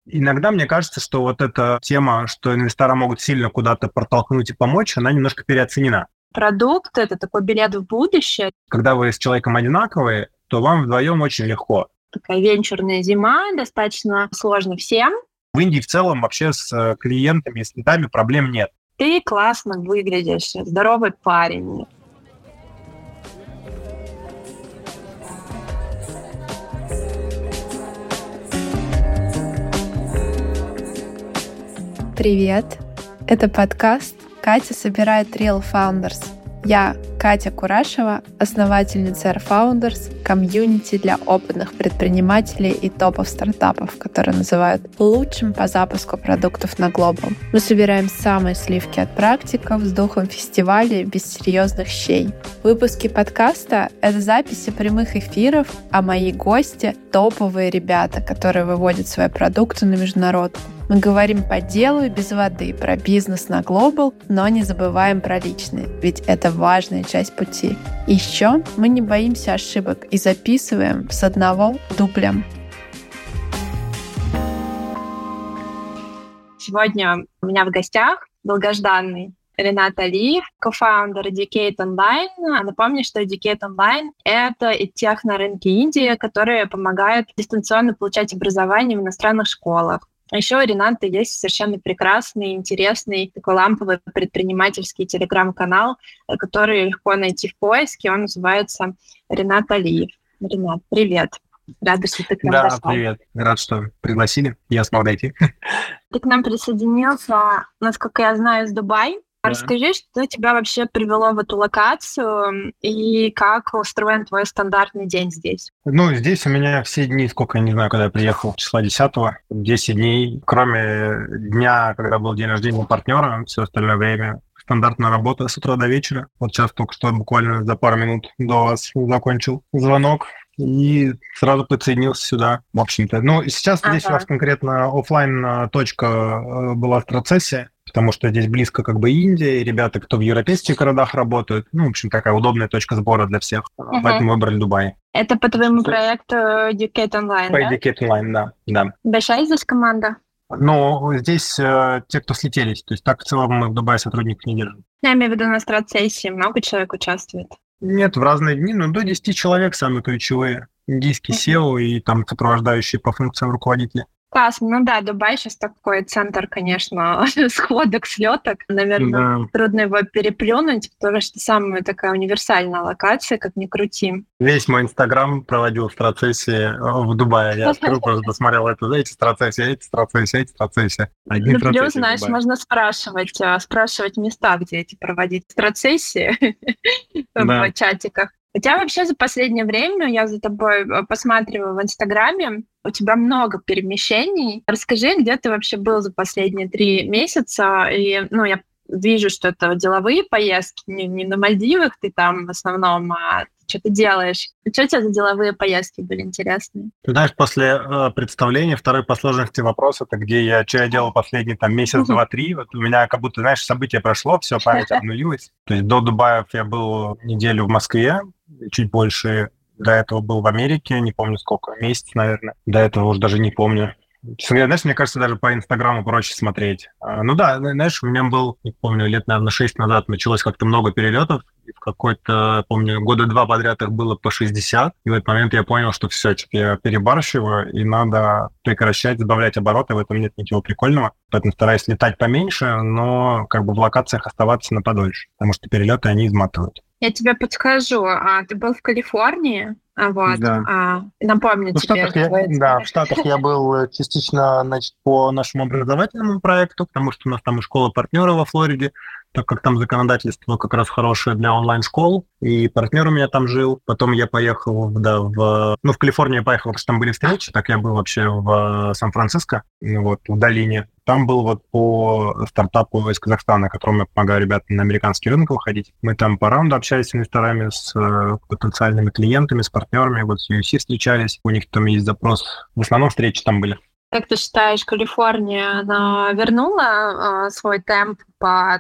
Иногда мне кажется, что вот эта тема, что инвестора могут сильно куда-то протолкнуть и помочь, она немножко переоценена. Продукт — это такой билет в будущее. Когда вы с человеком одинаковые, то вам вдвоем очень легко. Такая венчурная зима, достаточно сложно всем. В Индии в целом вообще с клиентами, с лидами проблем нет. Ты классно выглядишь, здоровый парень. Привет! Это подкаст «Катя собирает Real Founders». Я, Катя Курашева, основательница Air Founders, комьюнити для опытных предпринимателей и топов стартапов, которые называют лучшим по запуску продуктов на Global. Мы собираем самые сливки от практиков с духом фестиваля без серьезных щей. Выпуски подкаста — это записи прямых эфиров, а мои гости — топовые ребята, которые выводят свои продукты на международку. Мы говорим по делу и без воды про бизнес на Global, но не забываем про личный, ведь это важная часть пути. Еще мы не боимся ошибок и записываем с одного дубля. Сегодня у меня в гостях долгожданный Ренат Алиев, кофаундер Educate Online. Напомню, что Educate Online — это EdTech на рынке Индии, которые помогают дистанционно получать образование в иностранных школах. А еще у Рената есть совершенно прекрасный, интересный, такой ламповый предпринимательский телеграм-канал, который легко найти в поиске. Он называется Ренат Алиев. Ренат, привет. Рада, что ты к нам зашел. Да, привет. Рад, что пригласили. Я смог дойти. Ты к нам присоединился, насколько я знаю, из Дубая. Да. Расскажи, что тебя вообще привело в эту локацию и как устроен твой стандартный день здесь? Здесь у меня все дни, сколько, я не знаю, когда я приехал, числа 10-го, 10 дней, кроме дня, когда был день рождения партнера, все остальное время стандартная работа с утра до вечера. Вот сейчас только что буквально за пару минут до вас закончил звонок и сразу подсоединился сюда, в общем-то. Сейчас здесь у нас конкретно офлайн точка была в процессе, потому что здесь близко Индия, и ребята, кто в европейских городах работают, в общем, такая удобная точка сбора для всех, поэтому выбрали Дубай. Это по твоему проекту Educate Online, по Educate Online, да. Большая здесь команда? Здесь те, кто слетелись, то есть так в целом мы в Дубае сотрудников не держим. Я имею в виду на страт-сессии, много человек участвует? Нет, в разные дни, до 10 человек самые ключевые. Индийский SEO и там сопровождающие по функциям руководители. Классно. Дубай сейчас такой центр, конечно, сходок, слеток. Наверное, трудно его переплюнуть, потому что самая такая универсальная локация, как ни крути. Весь мой Инстаграм проводил страт-сессии в Дубае. Я скажу, просто смотрел эти страт-сессии. Плюс, знаешь, можно спрашивать места, где эти проводить страт-сессии в чатиках. У тебя вообще за последнее время, я за тобой посматриваю в Инстаграме, у тебя много перемещений. Расскажи, где ты вообще был за последние 3 месяца? И, я вижу, что это деловые поездки, не на Мальдивах ты там в основном, а что ты делаешь? Что у тебя за деловые поездки были интересные? Ты знаешь, после представления второй по сложности вопрос, это что я делал последний месяц, 2-3, вот у меня как будто, событие прошло, все, память обнулилась. То есть до Дубая я был неделю в Москве, чуть больше. До этого был в Америке, не помню сколько, месяц, наверное. До этого уже даже не помню. Честно говоря, мне кажется, даже по Инстаграму проще смотреть. У меня был, не помню, лет, наверное, 6 назад началось как-то много перелетов. И в какой-то, помню, 2 года подряд их было по 60. И в этот момент я понял, что все, я перебарщиваю, и надо прекращать, сбавлять обороты, в этом нет ничего прикольного. Поэтому стараюсь летать поменьше, но в локациях оставаться на подольше, потому что перелеты, они изматывают. Я тебе подскажу. Ты был в Калифорнии? Да. Напомню тебе. В Штатах я был частично, по нашему образовательному проекту, потому что у нас там и школа партнера во Флориде, так как там законодательство как раз хорошее для онлайн-школ, и партнер у меня там жил. Потом я поехал в Калифорнию я поехал, потому что там были встречи, так я был вообще в Сан-Франциско, в долине. Там был по стартапу из Казахстана, которому я помогаю ребятам на американский рынок выходить. Мы там по раунду общались с инвесторами, с потенциальными клиентами, с партнерами, с UC встречались. У них там есть запрос. В основном встречи там были. Как ты считаешь, Калифорния, она вернула свой темп по,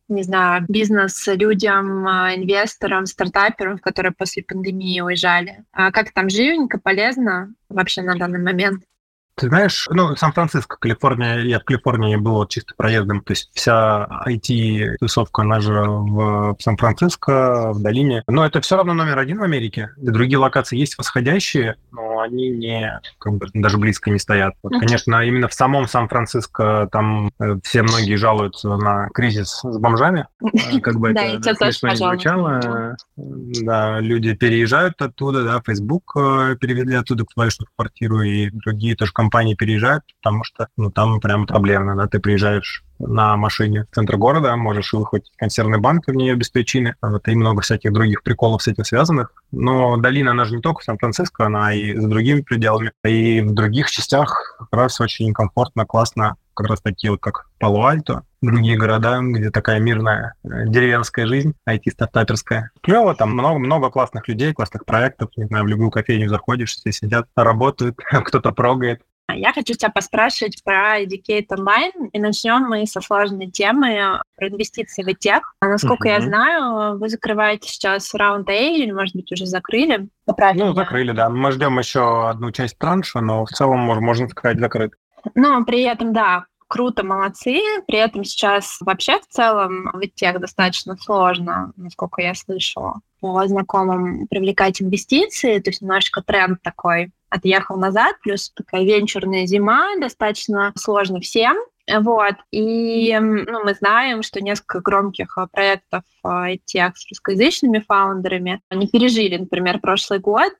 бизнес-людям, инвесторам, стартаперам, которые после пандемии уезжали? Как там, живенько, полезно вообще на данный момент? Ты знаешь, Сан-Франциско, Калифорния, я в Калифорнии был вот чисто проездом, то есть вся IT-тусовка, она же в Сан-Франциско, в долине. Но это все равно номер один в Америке. И другие локации есть восходящие, но они не, даже близко не стоят. Вот, конечно, именно в самом Сан-Франциско там все многие жалуются на кризис с бомжами, как бы это смешно не звучало. Да, люди переезжают оттуда, да, Facebook перевели оттуда свою квартиру, и другие тоже компании переезжают, потому что там прям проблемно, да, ты приезжаешь на машине в центр города, можешь выхватить консервный банк в нее без причины, и много всяких других приколов с этим связанных. Но долина, она же не только в Сан-Франциско, она и за другими пределами, и в других частях как раз очень комфортно, классно, как раз такие вот, как Пало-Альто, другие города, где такая мирная деревенская жизнь, IT-стартаперская. Клево, там много классных людей, классных проектов, не знаю, в любую кофейню заходишь, все сидят, работают, кто-то прогает. Я хочу тебя поспрашивать про Educate Online, и начнем мы со сложной темы про инвестиции в тех. Насколько я знаю, вы закрываете сейчас раунд A, или, может быть, уже закрыли? Закрыли, да. Мы ждем еще одну часть транша, но в целом, можно сказать, закрыт. Но при этом, да, круто, молодцы. При этом сейчас вообще в целом в тех достаточно сложно, насколько я слышала, по знакомым привлекать инвестиции, то есть немножечко тренд такой отъехал назад, плюс такая венчурная зима, достаточно сложно всем. Вот. И мы знаем, что несколько громких проектов тех с русскоязычными фаундерами они пережили, например, прошлый год,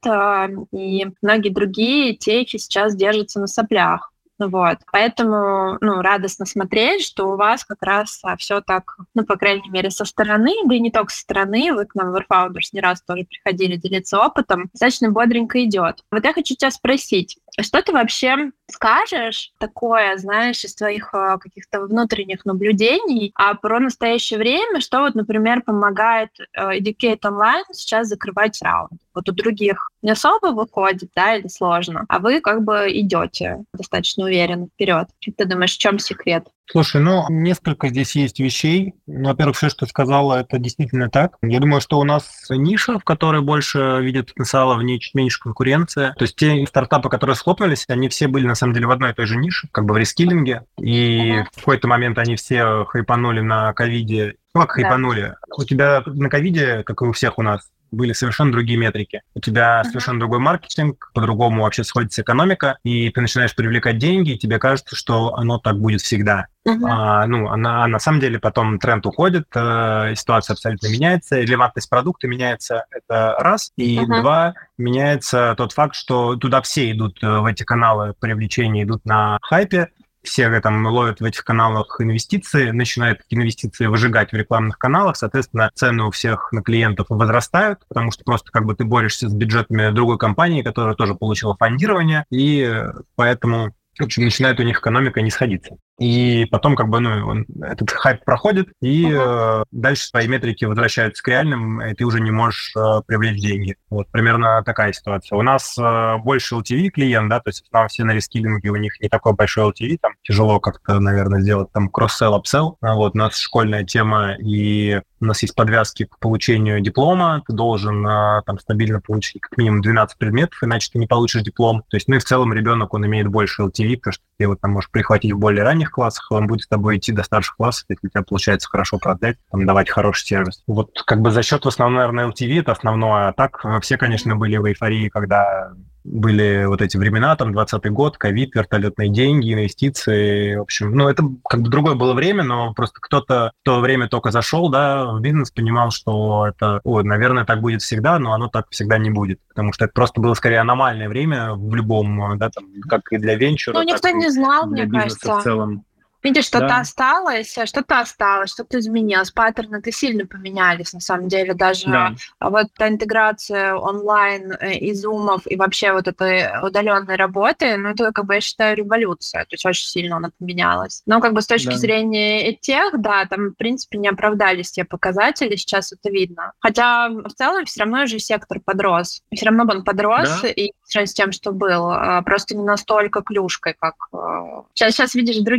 и многие другие техи сейчас держатся на соплях. Вот. Поэтому, радостно смотреть, что у вас как раз все так, по крайней мере, со стороны, да и не только со стороны, вы к нам в Airfounders не раз тоже приходили делиться опытом, достаточно бодренько идет. Вот я хочу тебя спросить, что ты вообще скажешь такое, знаешь, из твоих каких-то внутренних наблюдений про настоящее время, что вот, например, помогает Educate Online сейчас закрывать раунд? Вот у других не особо выходит, да, или сложно, а вы как бы идете достаточно уверенно вперед. Ты думаешь, в чем секрет? Слушай, несколько здесь есть вещей. Во-первых, все, что ты сказала, это действительно так. Я думаю, что у нас ниша, в которой больше видят потенциала, в ней чуть меньше конкуренция. То есть те стартапы, которые схлопнулись, они все были, на самом деле, в одной и той же нише, как бы в рескиллинге. И в какой-то момент они все хайпанули на ковиде. Как хайпанули? У тебя на ковиде, как и у всех у нас, были совершенно другие метрики. У тебя совершенно другой маркетинг, по-другому вообще сходится экономика, и ты начинаешь привлекать деньги, и тебе кажется, что оно так будет всегда. А на самом деле потом тренд уходит, ситуация абсолютно меняется, релевантность продукта меняется, это раз. И два, меняется тот факт, что туда все идут, в эти каналы привлечения идут на хайпе, все там ловят в этих каналах инвестиции, начинают эти инвестиции выжигать в рекламных каналах, соответственно, цены у всех на клиентов возрастают, потому что просто как бы ты борешься с бюджетами другой компании, которая тоже получила фондирование, и поэтому, в общем, начинает у них экономика не сходиться. И потом как бы этот хайп проходит, и дальше свои метрики возвращаются к реальным, и ты уже не можешь привлечь деньги. Вот примерно такая ситуация. У нас больше LTV клиент, да, то есть все на рескиллинге, у них не такой большой LTV, там тяжело как-то, наверное, сделать там кросс-селл, апселл. Вот у нас школьная тема, и у нас есть подвязки к получению диплома, ты должен там стабильно получить как минимум 12 предметов, иначе ты не получишь диплом. То есть, и в целом ребенок, он имеет больше LTV, потому что ты его там можешь прихватить в более ранних классах, он будет с тобой идти до старших классов, если у тебя получается хорошо продать, там, давать хороший сервис. Вот как бы за счет в основном, наверное, LTV это основное. А так все, конечно, были в эйфории, когда были вот эти времена, там, 20-й год, ковид, вертолетные деньги, инвестиции, в общем, это как бы другое было время, но просто кто-то в то время только зашел, да, в бизнес, понимал, что это, наверное, так будет всегда, но оно так всегда не будет, потому что это просто было скорее аномальное время в любом, да, там, как и для венчура, никто не знал, мне кажется. В целом. Видишь, что-то осталось, что-то изменилось. Паттерны-то сильно поменялись, на самом деле. Даже вот та интеграция онлайн и зумов, и вообще вот этой удаленной работы, это, как бы, я считаю, революция. То есть очень сильно она поменялась. Но как бы с точки зрения тех, там, в принципе, не оправдались те показатели, сейчас это видно. Хотя в целом все равно же сектор подрос. Все равно он подрос, и по сравнению с тем, что был, просто не настолько клюшкой, как... Сейчас видишь другие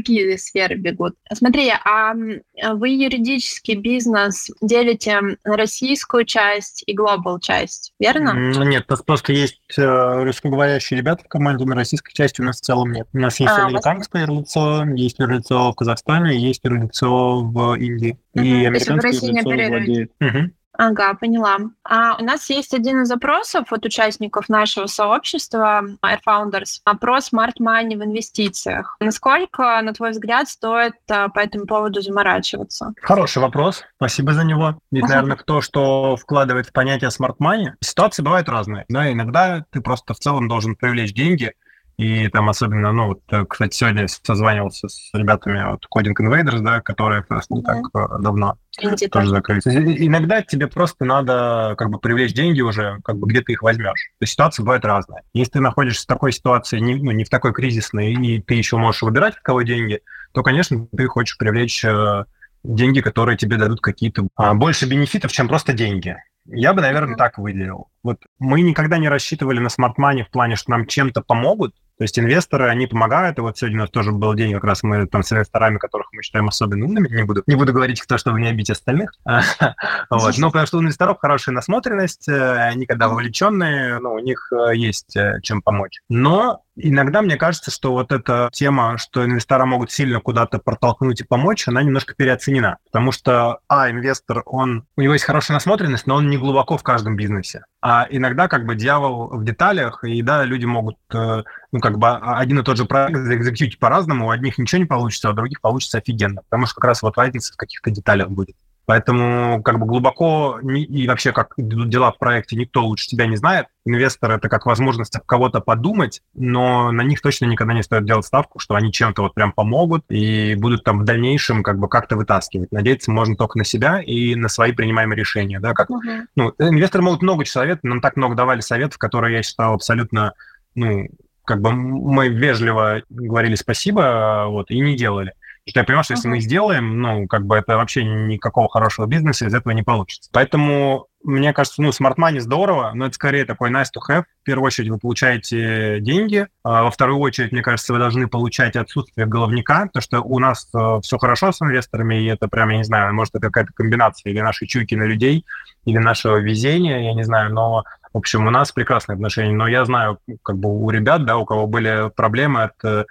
сферы бегут. Смотри, а вы юридический бизнес делите на российскую часть и глобал часть, верно? Нет, у нас просто есть русскоговорящие ребята в команде, на российской части у нас в целом нет. У нас есть американское юрлицо, есть юрлицо в Казахстане, есть юрлицо в Индии. И американское юрлицо владеет. Ага, поняла. У нас есть один из запросов от участников нашего сообщества Air Founders про smart money в инвестициях. Насколько, на твой взгляд, стоит по этому поводу заморачиваться? Хороший вопрос. Спасибо за него. Ведь, наверное, кто что вкладывает в понятие smart money, ситуации бывают разные. Да, иногда ты просто в целом должен привлечь деньги. И там особенно, кстати, сегодня созванивался с ребятами от Coding Invaders, да, которые как раз не так давно тоже закрылись. Иногда тебе просто надо привлечь деньги уже, где ты их возьмешь. То есть ситуации бывают разные. Если ты находишься в такой ситуации, не в такой кризисной, и ты еще можешь выбирать, от кого деньги, то, конечно, ты хочешь привлечь деньги, которые тебе дадут какие-то больше бенефитов, чем просто деньги. Я бы, наверное, так выделил. Вот мы никогда не рассчитывали на smart money в плане, что нам чем-то помогут. То есть инвесторы, они помогают. И вот сегодня у нас тоже был день, как раз мы там с инвесторами, которых мы считаем особенно умными, не буду говорить кто, чтобы не обидеть остальных. Но потому что у инвесторов хорошая насмотренность, они когда вовлеченные, у них есть чем помочь. Но иногда мне кажется, что вот эта тема, что инвестора могут сильно куда-то протолкнуть и помочь, она немножко переоценена. Потому что, инвестор, у него есть хорошая насмотренность, но он не глубоко в каждом бизнесе. А иногда дьявол в деталях, и да, люди могут один и тот же проект заэкзекьютить по-разному, у одних ничего не получится, а у других получится офигенно, потому что как раз вот разница в каких-то деталях будет. Поэтому глубоко и вообще, как идут дела в проекте, никто лучше тебя не знает. Инвестор — это как возможность об кого-то подумать, но на них точно никогда не стоит делать ставку, что они чем-то вот прям помогут и будут там в дальнейшем как-то вытаскивать. Надеяться можно только на себя и на свои принимаемые решения. Да? Инвесторы могут много чего советовать, нам так много давали советов, которые я считал абсолютно, мы вежливо говорили спасибо, и не делали. Что я понимаю, что если мы сделаем, это вообще никакого хорошего бизнеса из этого не получится. Поэтому, мне кажется, smart money здорово, но это скорее такой nice to have. В первую очередь вы получаете деньги, а во вторую очередь, мне кажется, вы должны получать отсутствие головника, потому что у нас все хорошо с инвесторами, и это прям, я не знаю, может, это какая-то комбинация или нашей чуйки на людей, или нашего везения, я не знаю, но, в общем, у нас прекрасные отношения. Но я знаю, у ребят, да, у кого были проблемы от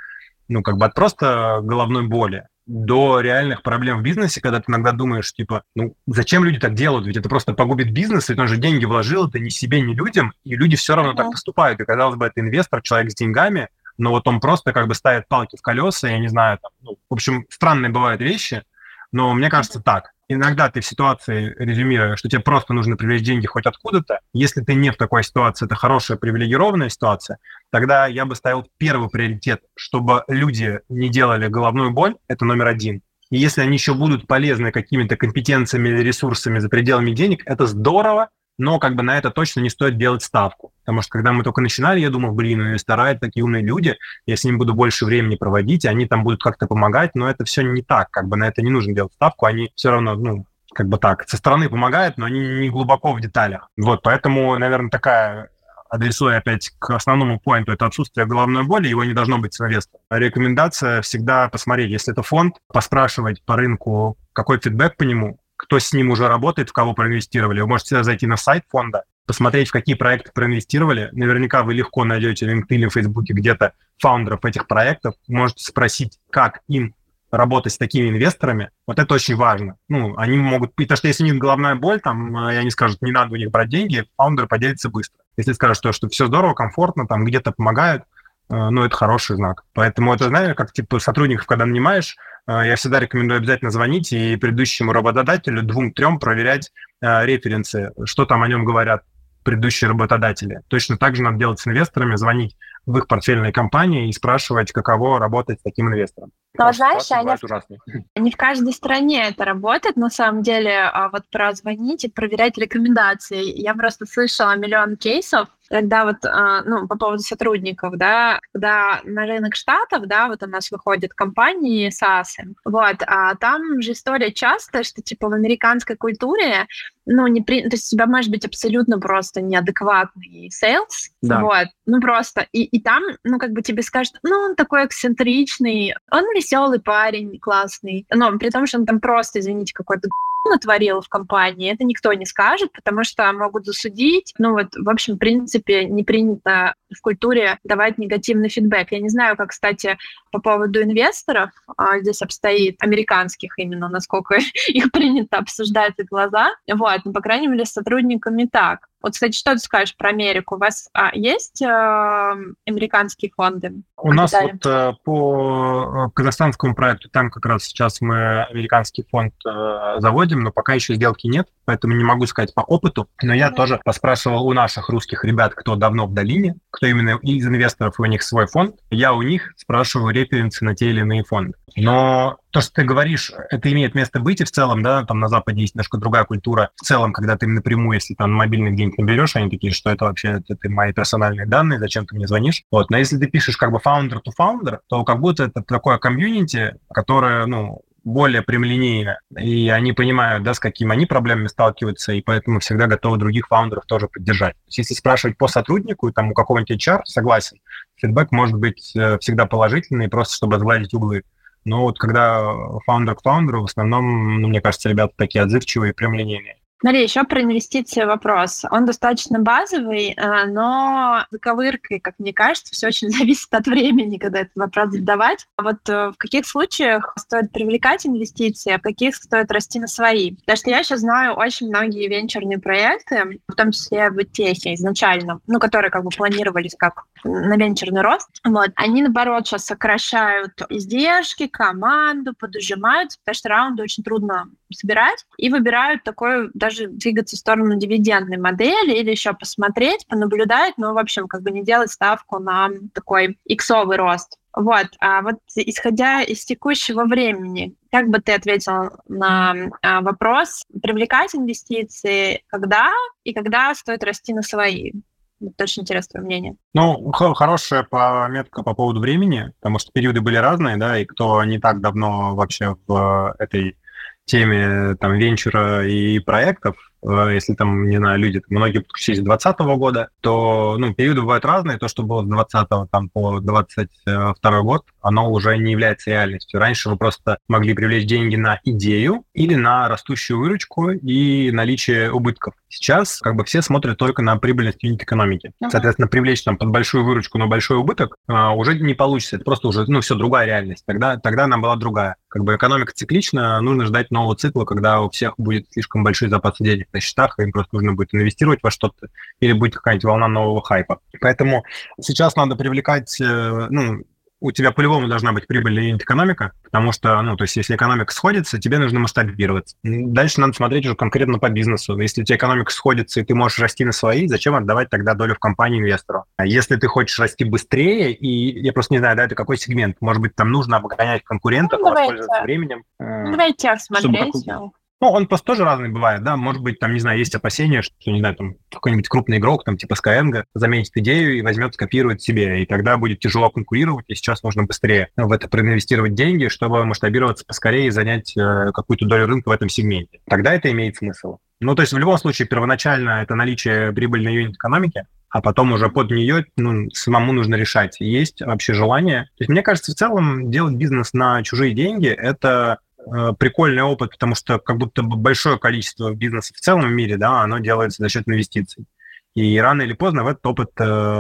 просто головной боли до реальных проблем в бизнесе, когда ты иногда думаешь, зачем люди так делают? Ведь это просто погубит бизнес, ведь он же деньги вложил, это ни себе, ни людям, и люди все равно так поступают. И, казалось бы, это инвестор, человек с деньгами, но вот он просто ставит палки в колеса, я не знаю, в общем, странные бывают вещи, но мне кажется так. Иногда ты в ситуации, резюмируя, что тебе просто нужно привлечь деньги хоть откуда-то. Если ты не в такой ситуации, это хорошая привилегированная ситуация, тогда я бы ставил первый приоритет, чтобы люди не делали головную боль, это номер один. И если они еще будут полезны какими-то компетенциями или ресурсами за пределами денег, это здорово, но на это точно не стоит делать ставку. Потому что когда мы только начинали, я думал, инвестора — это такие умные люди, я с ними буду больше времени проводить, они там будут как-то помогать, но это все не так, на это не нужно делать ставку, они все равно, со стороны помогают, но они не глубоко в деталях. Поэтому, наверное, такая, адресуя опять к основному поинту, это отсутствие головной боли, его не должно быть с инвестором. Рекомендация всегда посмотреть, если это фонд, поспрашивать по рынку, какой фидбэк по нему, кто с ним уже работает, в кого проинвестировали. Вы можете всегда зайти на сайт фонда, посмотреть, в какие проекты проинвестировали. Наверняка вы легко найдете в LinkedIn или в Фейсбуке где-то фаундеров этих проектов. Можете спросить, как им работать с такими инвесторами. Вот это очень важно. Они могут... Потому что если у них головная боль, и они скажут, не надо у них брать деньги, фаундеры поделятся быстро. Если скажут, что все здорово, комфортно, где-то помогают, это хороший знак. Поэтому это, знаешь, как сотрудников, когда нанимаешь, я всегда рекомендую обязательно звонить и предыдущему работодателю 2-3 проверять референсы, что там о нем говорят предыдущие работодатели. Точно так же надо делать с инвесторами, звонить в их портфельные компании и спрашивать, каково работать с таким инвестором. Но знаешь, не в каждой стране это работает, на самом деле, про звонить и проверять рекомендации. Я просто слышала миллион кейсов, когда по поводу сотрудников, да, когда на рынок Штатов, да, у нас выходят компании SaaS, а там же история часто, что, в американской культуре, то есть у тебя может быть абсолютно просто неадекватный sales, да. просто, и там, тебе скажут, он такой эксцентричный, он веселый парень, классный. Но при том, что он там просто, извините, какой-то натворил в компании, это никто не скажет, потому что могут засудить. В общем, в принципе, не принято в культуре давать негативный фидбэк. Я не знаю, как, кстати, по поводу инвесторов здесь обстоит, американских именно, насколько их принято обсуждать в глаза. Но, по крайней мере, с сотрудниками так. Кстати, что ты скажешь про Америку? У вас есть американские фонды? У нас по казахстанскому проекту, там как раз сейчас мы американский фонд заводим, но пока еще сделки нет, поэтому не могу сказать по опыту. Но я тоже поспрашивал у наших русских ребят, кто давно в долине, кто именно из инвесторов, у них свой фонд. Я у них спрашиваю референсы на те или иные фонды. Но то, что ты говоришь, это имеет место быть, и в целом, да, там на Западе есть немножко другая культура. В целом, когда ты напрямую, если там мобильный где-нибудь наберешь, они такие, что это вообще это мои персональные данные, зачем ты мне звонишь? Но если ты пишешь как бы founder to founder, то как будто это такое комьюнити, которое, более прямолинейно, и они понимают, да, с какими они проблемами сталкиваются, и поэтому всегда готовы других фаундеров тоже поддержать. То есть если спрашивать по сотруднику, там у какого-нибудь HR, согласен, фидбэк может быть всегда положительный, просто чтобы сгладить углы. Но когда фаундер к фаундеру, в основном, мне кажется, ребята такие отзывчивые и прямолинейные. Смотри, еще про инвестиции вопрос. Он достаточно базовый, но заковыркой, как мне кажется, все очень зависит от времени, когда этот вопрос задавать. В каких случаях стоит привлекать инвестиции, а в каких стоит расти на свои? Потому что я сейчас знаю очень многие венчурные проекты, в том числе в техе изначально, которые как бы планировались как на венчурный рост. Они, наоборот, сейчас сокращают издержки, команду, подужимаются, потому что раунды очень трудно собирать, и выбирают такой даже двигаться в сторону дивидендной модели или еще посмотреть, понаблюдать, но, в общем, как бы не делать ставку на такой иксовый рост. Исходя из текущего времени, как бы ты ответил на вопрос, привлекать инвестиции когда и когда стоит расти на свои? Это очень интересное мнение. Хорошая пометка по поводу времени, потому что периоды были разные, да, и кто не так давно вообще в этой теме там венчура и проектов, если там, не знаю, люди, многие подключились с 2020 года, то, периоды бывают разные. То, что было с 2020 там, по 2022 год, оно уже не является реальностью. Раньше вы просто могли привлечь деньги на идею или на растущую выручку и наличие убытков. Сейчас как бы все смотрят только на прибыльность юнит-экономики. Соответственно, привлечь там под большую выручку, но большой убыток уже не получится. Это просто уже, все, другая реальность. Тогда она была другая. Как бы экономика циклична, нужно ждать нового цикла, когда у всех будет слишком большой запас денег на счетах, и им просто нужно будет инвестировать во что-то, или будет какая-нибудь волна нового хайпа. Поэтому сейчас надо привлекать, у тебя по-любому должна быть прибыльная юнит-экономика, потому что, то есть если экономика сходится, тебе нужно масштабироваться. Дальше надо смотреть уже конкретно по бизнесу. Если у тебя экономика сходится, и ты можешь расти на свои, зачем отдавать тогда долю в компании инвестору? А если ты хочешь расти быстрее, и я просто не знаю, да, это какой сегмент, может быть, там нужно обгонять конкурентов, воспользоваться временем. Давайте смотреть. Он просто тоже разный бывает, да, может быть, там, не знаю, есть опасения, что, не знаю, там, какой-нибудь крупный игрок, там, типа Skyeng, заметит идею и возьмет, скопирует себе, и тогда будет тяжело конкурировать, и сейчас нужно быстрее в это проинвестировать деньги, чтобы масштабироваться поскорее и занять какую-то долю рынка в этом сегменте. Тогда это имеет смысл. То есть в любом случае первоначально это наличие прибыльной юнит-экономики, а потом уже под нее самому нужно решать, есть вообще желание. То есть мне кажется, в целом делать бизнес на чужие деньги – это прикольный опыт, потому что как будто бы большое количество бизнесов в целом мире, да, оно делается за счет инвестиций. И рано или поздно в этот опыт,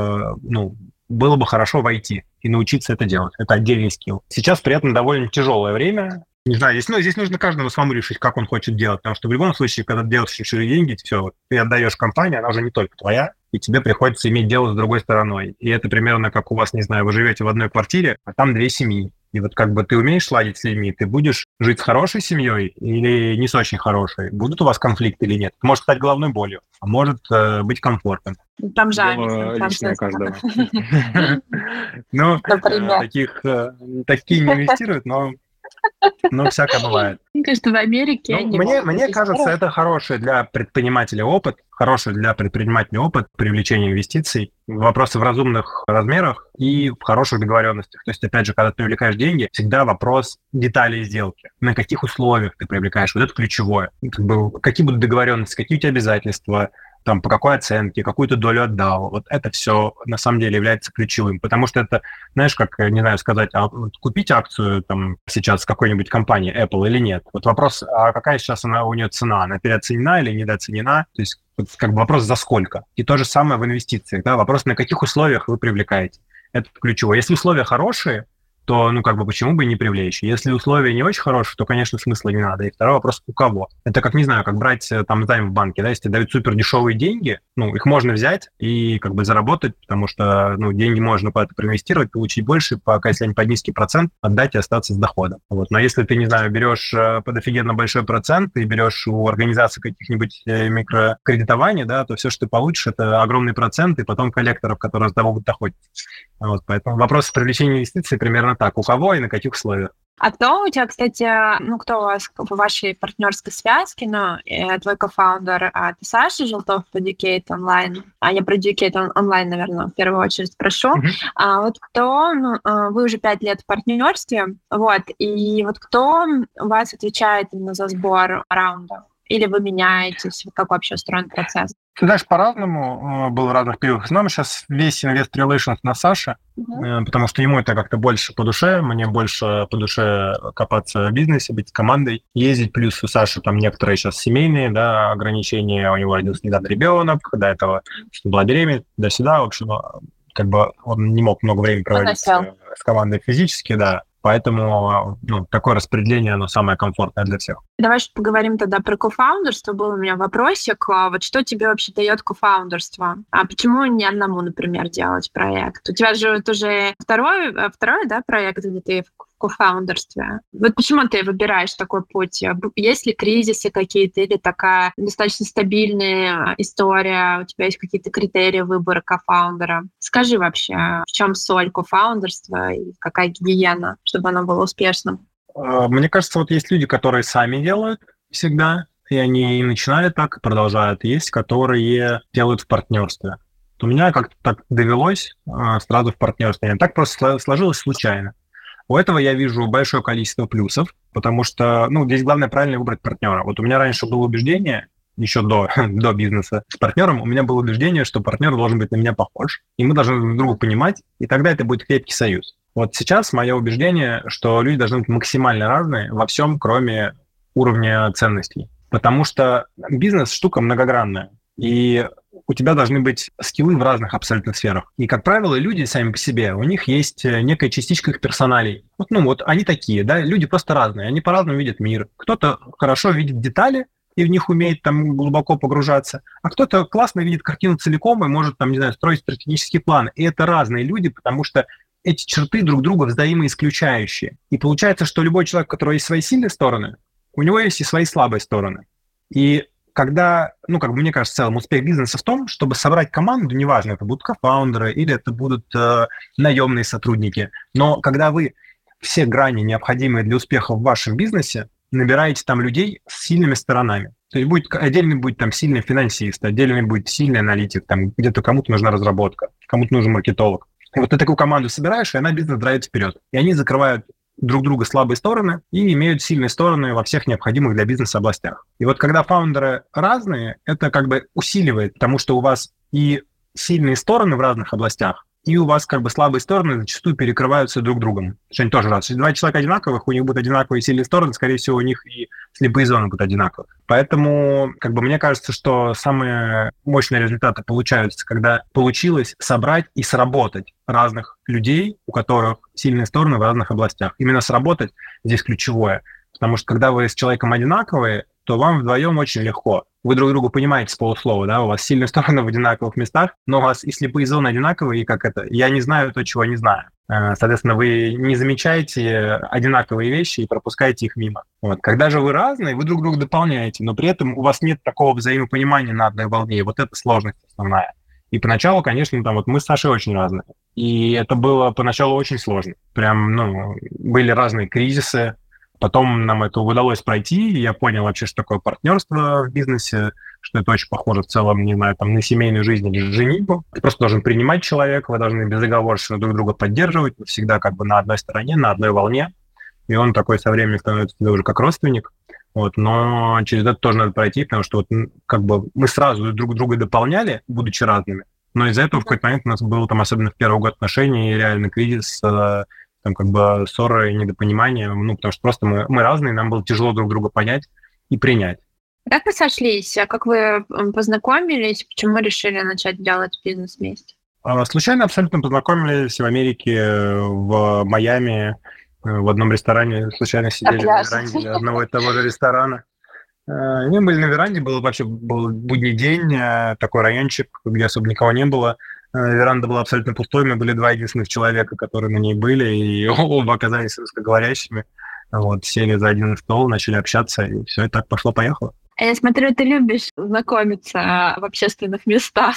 было бы хорошо войти и научиться это делать. Это отдельный скилл. Сейчас при этом довольно тяжелое время. Не знаю, здесь нужно каждому самому решить, как он хочет делать, потому что в любом случае, когда ты делаешь чужие деньги, все, ты отдаешь компании, она уже не только твоя, и тебе приходится иметь дело с другой стороной. И это примерно как у вас, не знаю, вы живете в одной квартире, а там 2 семьи. И как бы ты умеешь ладить с людьми, ты будешь жить с хорошей семьей или не с очень хорошей? Будут у вас конфликты или нет? Может стать головной болью, а может быть комфортом. Там же личное каждого. Такие не инвестируют, но всякое бывает. Мне кажется, в Америке... Мне кажется, это хороший для предпринимателя опыт, привлечения инвестиций, вопросы в разумных размерах и в хороших договоренностях. То есть, опять же, когда ты привлекаешь деньги, всегда вопрос деталей сделки. На каких условиях ты привлекаешь? Вот это ключевое. Какие будут договоренности, какие у тебя обязательства, там, по какой оценке, какую-то долю отдал. Вот это все на самом деле является ключевым, потому что это, знаешь, как, не знаю сказать, купить акцию там сейчас какой-нибудь компании Apple или нет. Вот вопрос, а какая сейчас у нее цена? Она переоценена или недооценена? То есть вот, как бы вопрос, за сколько? И то же самое в инвестициях, да, вопрос, на каких условиях вы привлекаете. Это ключевое. Если условия хорошие, то, ну, как бы, почему бы и не привлечь? Если условия не очень хорошие, то, конечно, смысла не надо. И второй вопрос, у кого? Это как, не знаю, как брать там займ в банке, да, если дают супер дешевые деньги, ну, их можно взять и как бы заработать, потому что, ну, деньги можно куда-то проинвестировать, получить больше, пока, если они под низкий процент, отдать и остаться с доходом. Вот. Но если ты, не знаю, берешь под офигенно большой процент и берешь у организации каких-нибудь микрокредитований, да, то все, что ты получишь, это огромный процент, и потом коллекторов, которые с тобой будут охотиться. Вот. Поэтому вопрос привлечения инвестиций примерно так. У кого и на каких условиях? А кто у тебя, кстати, ну, кто у вас в вашей партнерской связке, ну, твой кофаундер, ты Саша Желтов по Educate Online, я про Educate Online, наверное, в первую очередь спрошу, а вот кто, ну, вы уже 5 лет в партнерстве, вот, и вот кто у вас отвечает именно за сбор раунда? Или вы меняетесь? Как вообще устроен процесс? Ты знаешь, по-разному, было в разных периодах. Но сейчас весь Invest Relations на Саше, потому что ему это как-то больше по душе, мне больше по душе копаться в бизнесе, быть командой, ездить. Плюс у Саши там некоторые сейчас семейные, да, ограничения, у него родился недавно ребенок, до этого была беременна, туда-сюда, в общем, как бы он не мог много времени проводить с командой физически, да. Поэтому такое распределение, оно самое комфортное для всех. Давай поговорим тогда про кофаундерство. Был у меня вопросик. Вот что тебе вообще дает кофаундерство? А почему не одному, например, делать проект? У тебя же вот уже второй, да, проект, где ты в кофаундерстве. Вот почему ты выбираешь такой путь? Есть ли кризисы какие-то или такая достаточно стабильная история? У тебя есть какие-то критерии выбора кофаундера? Скажи вообще, в чем соль кофаундерства и какая гигиена, чтобы оно было успешным? Мне кажется, вот есть люди, которые сами делают всегда, и они и начинали так, и продолжают. Есть, которые делают в партнерстве. У меня как-то так довелось сразу в партнерстве. Так просто сложилось случайно. У этого я вижу большое количество плюсов, потому что, здесь главное правильно выбрать партнера. Вот у меня раньше было убеждение, еще до бизнеса с партнером, у меня было убеждение, что партнер должен быть на меня похож, и мы должны друг друга понимать, и тогда это будет крепкий союз. Вот сейчас мое убеждение, что люди должны быть максимально разные во всем, кроме уровня ценностей. Потому что бизнес – штука многогранная, и у тебя должны быть скиллы в разных абсолютно сферах. И, как правило, люди сами по себе, у них есть некая частичка их персоналей. Вот они такие, да, люди просто разные, они по-разному видят мир. Кто-то хорошо видит детали и в них умеет там глубоко погружаться, а кто-то классно видит картину целиком и может там, не знаю, строить стратегический план. И это разные люди, потому что эти черты друг друга взаимоисключающие. И получается, что любой человек, у которого есть свои сильные стороны, у него есть и свои слабые стороны. И когда, мне кажется, в целом успех бизнеса в том, чтобы собрать команду, неважно, это будут кофаундеры или это будут наемные сотрудники, но когда вы все грани, необходимые для успеха в вашем бизнесе, набираете там людей с сильными сторонами. То есть отдельный будет там сильный финансист, отдельный будет сильный аналитик, там где-то кому-то нужна разработка, кому-то нужен маркетолог. И вот ты такую команду собираешь, и она бизнес драйвит вперед. И они закрывают друг друга слабые стороны и имеют сильные стороны во всех необходимых для бизнеса областях. И вот когда фаундеры разные, это как бы усиливает, потому что у вас и сильные стороны в разных областях, и у вас как бы слабые стороны зачастую перекрываются друг другом. Что они тоже разные. Если два человека одинаковых, у них будут одинаковые сильные стороны, скорее всего, у них и слепые зоны будут одинаковые. Поэтому мне кажется, что самые мощные результаты получаются, когда получилось собрать и сработать разных людей, у которых сильные стороны в разных областях. Именно сработать здесь ключевое. Потому что когда вы с человеком одинаковые, то вам вдвоем очень легко. Вы друг друга понимаете с полуслова, да, у вас сильные стороны в одинаковых местах, но у вас и слепые зоны одинаковые, и я не знаю то, чего не знаю. Соответственно, вы не замечаете одинаковые вещи и пропускаете их мимо. Вот. Когда же вы разные, вы друг друга дополняете, но при этом у вас нет такого взаимопонимания на одной волне, и вот это сложность основная. И поначалу, конечно, мы с Сашей очень разные. И это было поначалу очень сложно. Прям, были разные кризисы. Потом нам это удалось пройти, и я понял вообще, что такое партнерство в бизнесе, что это очень похоже в целом, не знаю, на семейную жизнь или женитьбу. Ты просто должен принимать человека, вы должны безоговорочно друг друга поддерживать, вы всегда на одной стороне, на одной волне, и он такой со временем становится тебе уже как родственник. Вот, но через это тоже надо пройти, потому что вот, как бы мы сразу друг друга дополняли, будучи разными, но из-за этого в какой-то момент у нас был, там, особенно в первый год отношений, реально кризис, там, как бы ссоры, недопонимания, ну, потому что просто мы разные, нам было тяжело друг друга понять и принять. Как вы сошлись? А как вы познакомились? Почему решили начать делать бизнес вместе? Случайно абсолютно познакомились в Америке, в Майами, в одном ресторане, случайно сидели на веранде одного и того же ресторана. Мы были на веранде, был будний день, такой райончик, где особо никого не было. Веранда была абсолютно пустой, мы были два единственных человека, которые на ней были, и оба оказались русскоговорящими. Вот, сели за один стол, начали общаться, и все, и так пошло-поехало. Я смотрю, ты любишь знакомиться в общественных местах.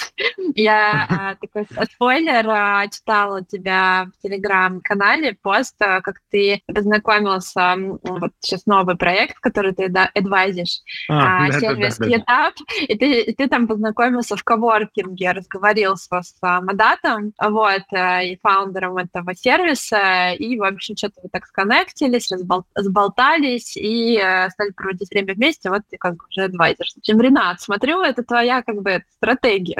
Я такой спойлер, читала у тебя в Телеграм-канале пост, как ты познакомился, вот сейчас новый проект, который ты адвайзишь, сервис GitHub, и ты там познакомился в коворкинге, разговорился с Мадатом, вот, и фаундером этого сервиса, и, в общем, что-то вы так сконнектились, разболтались, и стали проводить время вместе, вот ты как бы уже адвайзер. В общем, Ренат, смотрю, это твоя как бы стратегия.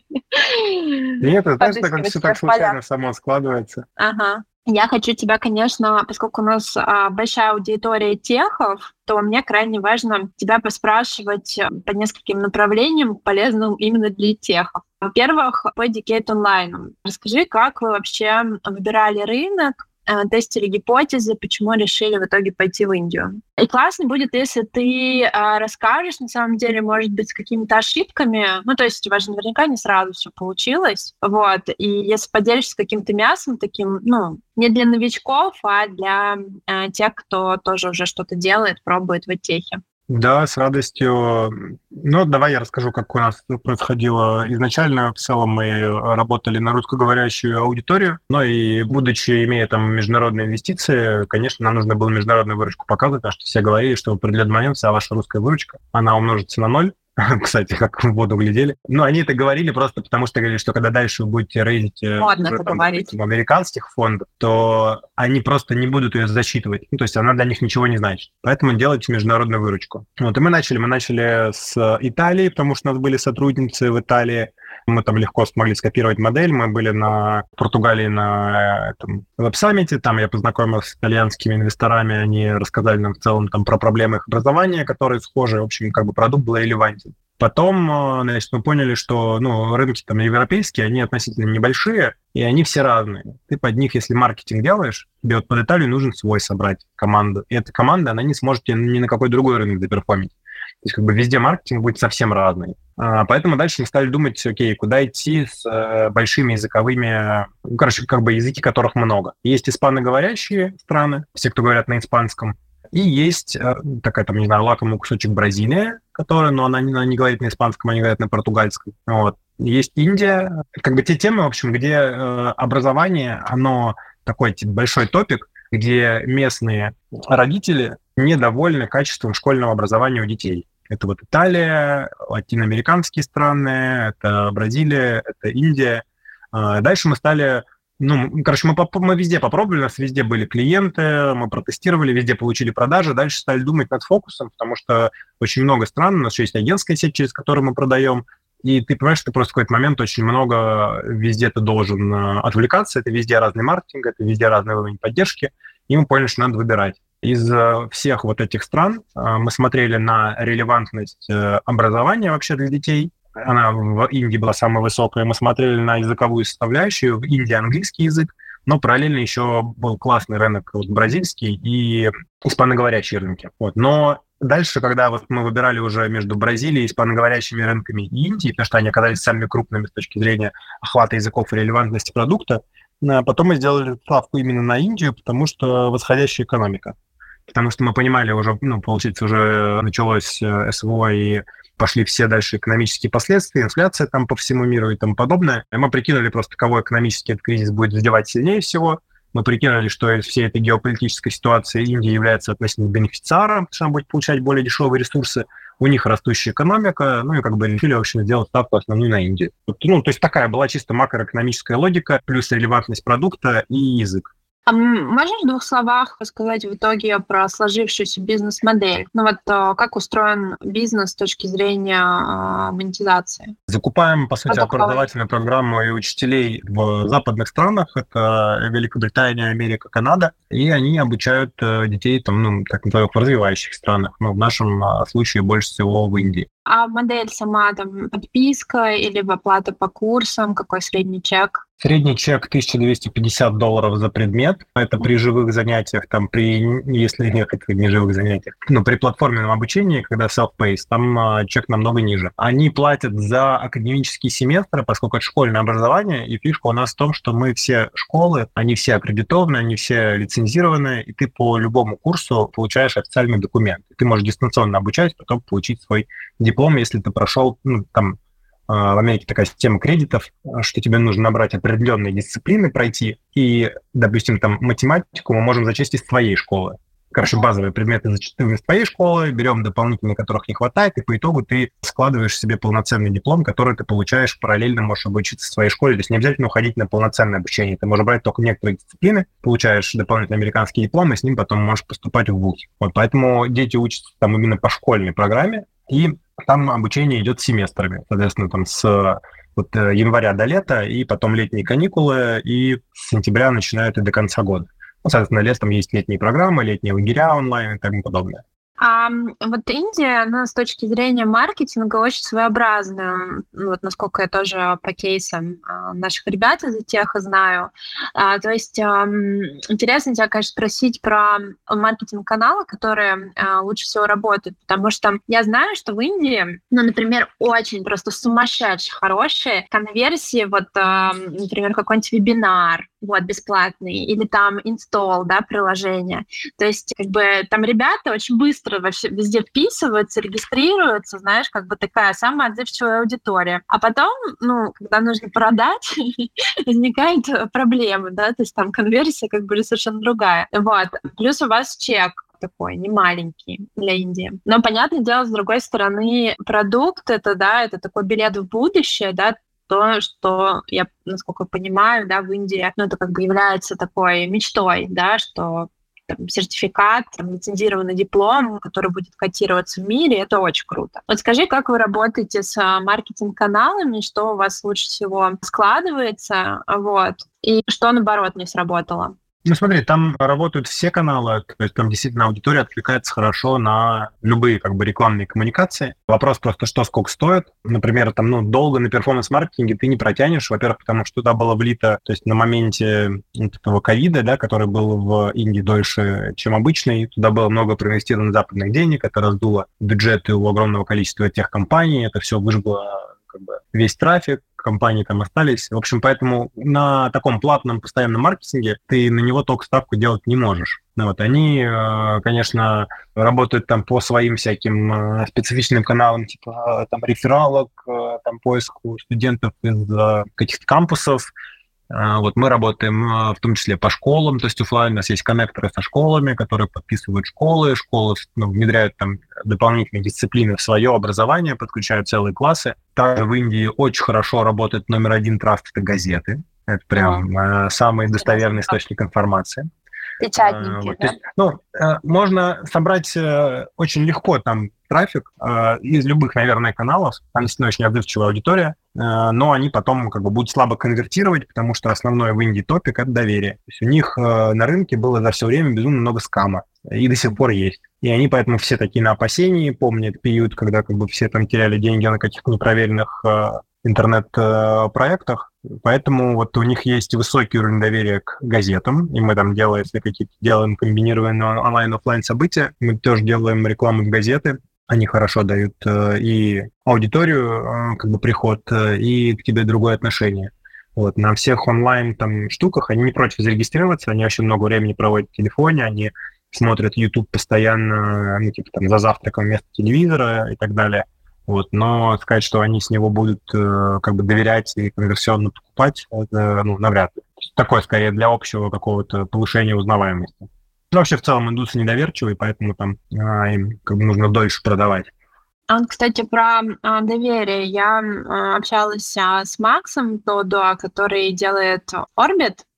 Нет, это знаешь, как все так случайно само складывается. Ага. Я хочу тебя, конечно, поскольку у нас большая аудитория техов, то мне крайне важно тебя поспрашивать по нескольким направлениям, полезным именно для техов. Во-первых, по Educate Online. Расскажи, как вы вообще выбирали рынок, тестили гипотезы, почему решили в итоге пойти в Индию. И классно будет, если ты расскажешь, на самом деле, может быть, с какими-то ошибками, ну, то есть у вас же наверняка не сразу все получилось, вот, и если поделишься каким-то мясом таким, ну, не для новичков, а для тех, кто тоже уже что-то делает, пробует в техе. Да, с радостью. Ну, давай я расскажу, как у нас происходило изначально. В целом мы работали на русскоговорящую аудиторию, но и имея там международные инвестиции, конечно, нам нужно было международную выручку показывать, потому что все говорили, что в определенный момент вся ваша русская выручка, она умножится на 0. Кстати, как в воду глядели. Но они это говорили просто потому, что говорили, что когда дальше вы будете рейзить американских фондов, то они просто не будут ее засчитывать. Ну, то есть она для них ничего не значит. Поэтому делайте международную выручку. Вот, и мы начали с Италии, потому что у нас были сотрудницы в Италии. Мы там легко смогли скопировать модель. Мы были в Португалии на веб-саммите. Там я познакомился с итальянскими инвесторами. Они рассказали нам в целом там про проблемы их образования, которые схожи. В общем, как бы продукт был релевантен. Потом, значит, мы поняли, что рынки там европейские, они относительно небольшие, и они все разные. Ты под них, если маркетинг делаешь, тебе вот под Италию нужен свой собрать команду. И эта команда, она не сможет ни на какой другой рынок заперформить. То есть как бы везде маркетинг будет совсем разный. Поэтому дальше мы стали думать, окей, куда идти с большими языковыми... как бы языки, которых много. Есть испаноговорящие страны, все, кто говорят на испанском, и есть такая, там, не знаю, лакомый кусочек Бразилия, которая, но она не говорит на испанском, они говорят на португальском. Вот. Есть Индия. Как бы те темы, в общем, где образование, оно такой большой топик, где местные родители недовольны качеством школьного образования у детей. Это вот Италия, латиноамериканские страны, это Бразилия, это Индия. Дальше мы стали... мы везде попробовали, у нас везде были клиенты, мы протестировали, везде получили продажи, дальше стали думать над фокусом, потому что очень много стран, у нас еще есть агентская сеть, через которую мы продаем, и ты понимаешь, что просто в какой-то момент очень много везде ты должен отвлекаться, это везде разный маркетинг, это везде разный уровень поддержки, и мы поняли, что надо выбирать. Из всех вот этих стран мы смотрели на релевантность образования вообще для детей. Она в Индии была самая высокая. Мы смотрели на языковую составляющую. В Индии английский язык, но параллельно еще был классный рынок бразильский и испаноговорящие рынки. Вот. Но дальше, когда мы выбирали уже между Бразилией, испаноговорящими рынками и Индией, потому что они оказались самыми крупными с точки зрения охвата языков и релевантности продукта, потом мы сделали ставку именно на Индию, потому что восходящая экономика. Потому что мы понимали уже, получается, уже началось СВО, и пошли все дальше экономические последствия, инфляция там по всему миру и тому подобное. И мы прикинули просто, кого экономический этот кризис будет задевать сильнее всего. Мы прикинули, что из всей этой геополитической ситуации Индия является относительно бенефициаром, потому что она будет получать более дешевые ресурсы, у них растущая экономика, и как бы решили, в общем, сделать ставку основную на Индию. То есть такая была чисто макроэкономическая логика, плюс релевантность продукта и язык. А можешь в 2 словах рассказать в итоге про сложившуюся бизнес-модель? Ну вот как устроен бизнес с точки зрения монетизации? Закупаем, по сути, Продуктовый. образовательную программу и учителей в западных странах. Это Великобритания, Америка, Канада. И они обучают детей там, так называемых, в развивающих странах. В нашем случае больше всего в Индии. А модель сама там подписка или оплата по курсам? Какой средний чек? Средний чек $1250 за предмет. Это при живых занятиях, если ехать в неживых занятиях. При платформенном обучении, когда self-paced, там чек намного ниже. Они платят за академический семестр, поскольку это школьное образование, и фишка у нас в том, что мы все школы, они все аккредитованы, они все лицензированы, и ты по любому курсу получаешь официальный документ. Ты можешь дистанционно обучать, потом получить свой диплом, если ты прошел, в Америке такая система кредитов, что тебе нужно набрать определенные дисциплины, пройти, и, допустим, математику мы можем зачесть из твоей школы. Короче, базовые предметы зачитываем из твоей школы, берем дополнительные, которых не хватает, и по итогу ты складываешь себе полноценный диплом, который ты получаешь параллельно, можешь обучиться в своей школе. То есть не обязательно уходить на полноценное обучение. Ты можешь брать только некоторые дисциплины, получаешь дополнительный американский диплом, и с ним потом можешь поступать в вуз. Поэтому дети учатся именно по школьной программе, и там обучение идет семестрами, соответственно, с января до лета, и потом летние каникулы, и с сентября начинают и до конца года. Соответственно, летом есть летние программы, летние лагеря онлайн и тому подобное. А вот Индия, она с точки зрения маркетинга очень своеобразная. Насколько я тоже по кейсам наших ребят из теха знаю. То есть интересно тебя, конечно, спросить про маркетинг-каналы, которые лучше всего работают, потому что я знаю, что в Индии, например, очень просто сумасшедшие хорошие конверсии, например, какой-нибудь вебинар, бесплатный, или инсталл, приложение. То есть, там ребята очень быстро вообще везде вписываются, регистрируются, знаешь, такая самая отзывчивая аудитория. А потом, когда нужно продать, возникают проблемы, то есть там конверсия совершенно другая. Плюс у вас чек такой, не маленький для Индии. Но, понятное дело, с другой стороны, продукт это такой билет в будущее, то, что я, насколько понимаю, в Индии, это является такой мечтой, что сертификат, лицензированный диплом, который будет котироваться в мире, это очень круто. Скажи, как вы работаете с маркетинг-каналами, что у вас лучше всего складывается, и что, наоборот, не сработало? Смотри, там работают все каналы, то есть там действительно аудитория откликается хорошо на любые рекламные коммуникации. Вопрос просто, что сколько стоит. Например, долго на перформанс-маркетинге ты не протянешь, во-первых, потому что туда было влито, то есть на моменте этого ковида, который был в Индии дольше, чем обычный, туда было много проинвестировано западных денег, это раздуло бюджеты у огромного количества тех компаний, это все выжгло весь трафик, компании остались. В общем, поэтому на таком платном постоянном маркетинге ты на него только ставку делать не можешь. Они, конечно, работают по своим всяким специфичным каналам, типа рефералок, поиску студентов из каких-то кампусов. Мы работаем в том числе по школам, то есть офлайн у нас есть коннекторы со школами, которые подписывают школы внедряют дополнительные дисциплины в свое образование, подключают целые классы. Также в Индии очень хорошо работает номер один трафик – это газеты. Это прям самый достоверный источник информации. Печатники, можно собрать очень легко трафик из любых, наверное, каналов. Там действительно очень отзывчивая аудитория, но они потом будут слабо конвертировать, потому что основной в Индии топик – это доверие. То есть у них на рынке было за все время безумно много скама, и до сих пор есть. И они поэтому все такие на опасении, помнят период, когда все теряли деньги на каких-то непроверенных интернет-проектах. Поэтому у них есть высокий уровень доверия к газетам, и мы делаем, если делаем комбинированные онлайн-офлайн события, мы тоже делаем рекламу в газеты. Они хорошо дают и аудиторию, приход, и к тебе другое отношение. На всех онлайн штуках они не против зарегистрироваться, они очень много времени проводят в телефоне, они смотрят YouTube постоянно, за завтраком вместо телевизора и так далее. Но сказать, что они с него будут доверять и конверсионно покупать, это навряд ли. Такое скорее для общего какого-то повышения узнаваемости. Вообще в целом индустрия недоверчивая, поэтому им нужно дольше продавать. Кстати, про доверие. Я общалась с Максом Тодо, который делает Orbit.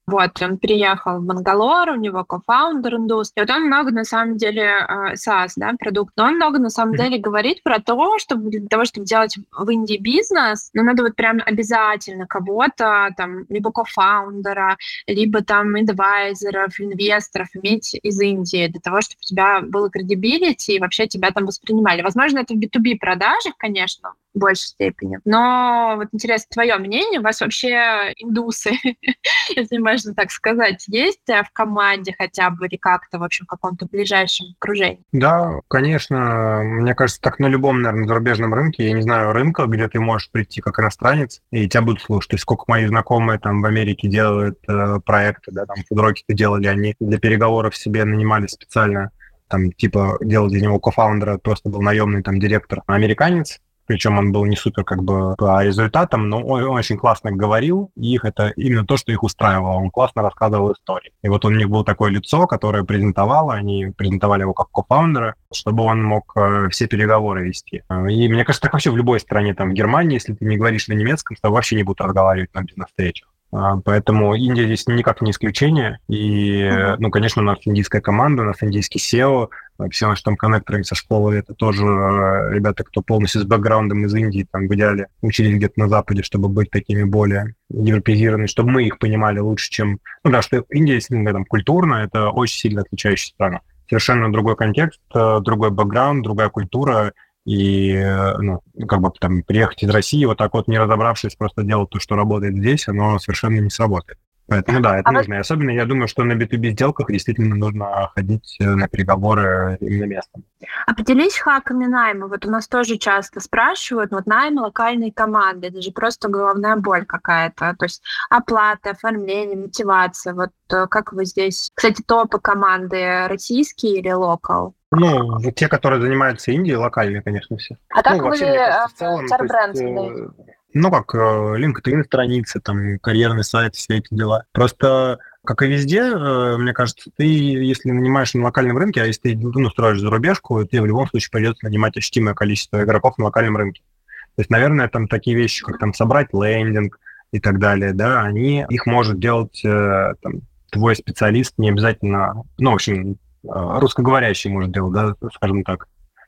Вот, он переехал в Бангалор, у него кофаундер индус, и вот он много, на самом деле, SaaS, да, продукт, но он много, на самом деле, говорит про то, что для того, чтобы делать в Индии бизнес, ну, надо вот прям обязательно кого-то, там, либо кофаундера, либо там адвайзеров, инвесторов иметь из Индии, для того, чтобы у тебя было credibility и вообще тебя там воспринимали. Возможно, это в B2B продажах, конечно, в большей степени, но вот интересно твое мнение, у вас вообще индусы, если можно так сказать, есть в команде хотя бы или как-то, в общем, в каком-то ближайшем окружении? Да, конечно. Мне кажется, так на любом, наверное, зарубежном рынке, я не знаю, рынка, где ты можешь прийти как иностранец, и тебя будут слушать. То есть сколько мои знакомые там в Америке делают проекты, да, там фудроки-то делали, они для переговоров себе нанимали специально, там, типа, делали для него кофаундера, просто был наемный там директор, американец, причем он был не супер как бы по результатам, но он очень классно говорил, и их это именно то, что их устраивало. Он классно рассказывал истории. И вот у них было такое лицо, которое презентовало, они презентовали его как кофаундера, чтобы он мог все переговоры вести. И мне кажется, так вообще в любой стране, там, в Германии, если ты не говоришь на немецком, то вообще не будут разговаривать на бизнес-встречах. Поэтому Индия здесь никак не исключение. И, ну, конечно, у нас индийская команда, у нас индийский SEO, все наши там коннекторы со школы, это тоже ребята, кто полностью с бэкграундом из Индии, там, в идеале, учились где-то на Западе, чтобы быть такими более европеизированными, чтобы мы их понимали лучше, чем... Ну да, что Индия, если там культурно, это очень сильно отличающаяся страна. Совершенно другой контекст, другой бэкграунд, другая культура, и, ну, как бы там приехать из России, вот так вот не разобравшись, просто делать то, что работает здесь, оно совершенно не сработает. Поэтому да, это нужно. И особенно я думаю, что на B2B сделках действительно нужно ходить на переговоры именно местом. А поделись хаками найма. Вот у нас тоже часто спрашивают, вот найм локальной команды, это же просто головная боль какая-то. То есть оплата, оформление, мотивация. Вот как вы здесь... Кстати, топы команды российские или локал? Ну, те, которые занимаются Индией, локальные, конечно, все. А как ну, вы вообще, в целом, HR-бренд? Ну, как LinkedIn страницы, там, карьерный сайт, все эти дела. Просто, как и везде, мне кажется, ты, если нанимаешь на локальном рынке, а если ты строишь зарубежку, тебе в любом случае придется нанимать ощутимое количество игроков на локальном рынке. То есть, наверное, там такие вещи, как там собрать лендинг и так далее, да, их может делать там, твой специалист, не обязательно, ну, в общем, русскоговорящий может делать, да, скажем так.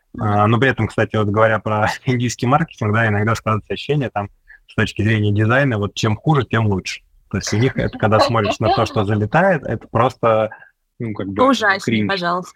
Но при этом, кстати, вот говоря про индийский маркетинг, да, иногда складывается ощущение, там, с точки зрения дизайна, вот чем хуже, тем лучше. То есть у них это, когда смотришь на то, что залетает, это просто, ну, как бы... Ужаснее, пожалуйста.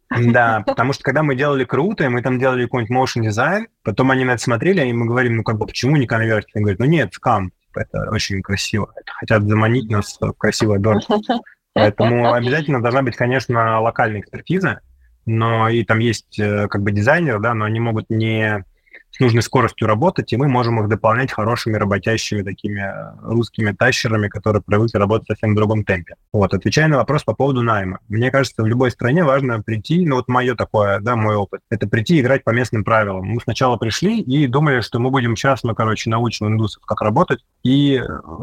Да, потому что когда мы делали круто, и мы там делали какой-нибудь motion дизайн, потом они на это смотрели, и мы говорим, ну, как бы, почему не конвертить? Они говорят, ну, нет, скам, это очень красиво. Это хотят заманить нас в красивое обертку. Поэтому обязательно должна быть, конечно, локальная экспертиза, но и там есть как бы дизайнеры, да, но они могут не с нужной скоростью работать, и мы можем их дополнять хорошими работящими такими русскими тащерами, которые привыкли работать в совсем другом темпе. Вот, отвечая на вопрос по поводу найма. Мне кажется, в любой стране важно прийти, ну вот мое такое, да, мой опыт, это прийти и играть по местным правилам. Мы сначала пришли и думали, что мы будем сейчас, мы, короче, научим индусов, как работать, и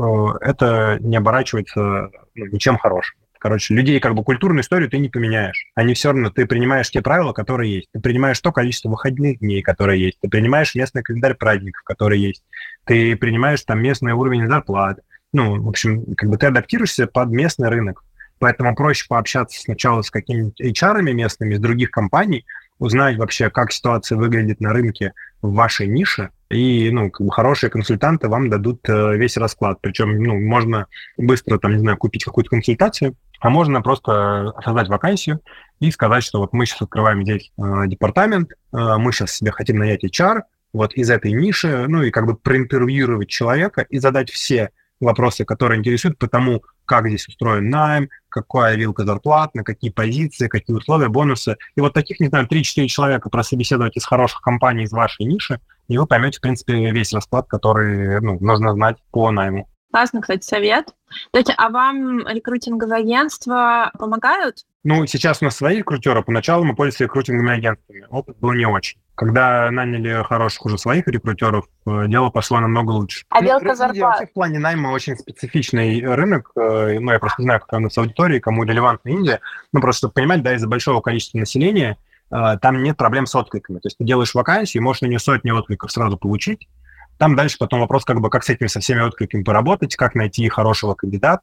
это не оборачивается ничем хорошим. Короче, людей как бы культурную историю ты не поменяешь. Они все равно, ты принимаешь те правила, которые есть. Ты принимаешь то количество выходных дней, которые есть. Ты принимаешь местный календарь праздников, которые есть. Ты принимаешь там местный уровень зарплат. Ну, в общем, как бы ты адаптируешься под местный рынок. Поэтому проще пообщаться сначала с какими-нибудь HR-ами местными из других компаний, узнать вообще, как ситуация выглядит на рынке в вашей нише, и, ну, как бы хорошие консультанты вам дадут весь расклад. Причем, ну, можно быстро, там, не знаю, купить какую-то консультацию, а можно просто создать вакансию и сказать, что вот мы сейчас открываем здесь департамент, мы сейчас себе хотим нанять HR, вот из этой ниши, ну, и как бы проинтервьюировать человека и задать все вопросы, которые интересуют по тому, как здесь устроен найм, какая вилка зарплат, на какие позиции, какие условия, бонусы. И вот таких, не знаю, 3-4 человека прособеседовать из хороших компаний из вашей ниши, и вы поймете, в принципе, весь расклад, который, ну, нужно знать по найму. Классный, кстати, совет. Кстати, а вам рекрутинговые агентства помогают? Ну, сейчас у нас свои рекрутеры. Поначалу мы пользовались рекрутинговыми агентствами. Опыт был не очень. Когда наняли хороших уже своих рекрутеров, дело пошло намного лучше. А вилка зарплат? Вообще в плане найма очень специфичный рынок. Ну, я просто не знаю, какая у нас аудитория, кому релевантна Индия. Ну, просто чтобы понимать, да, из-за большого количества населения там нет проблем с откликами. То есть ты делаешь вакансию, можешь на нее сотни откликов сразу получить. Там дальше потом вопрос, как бы, как с этими со всеми откликами поработать, как найти хорошего кандидата.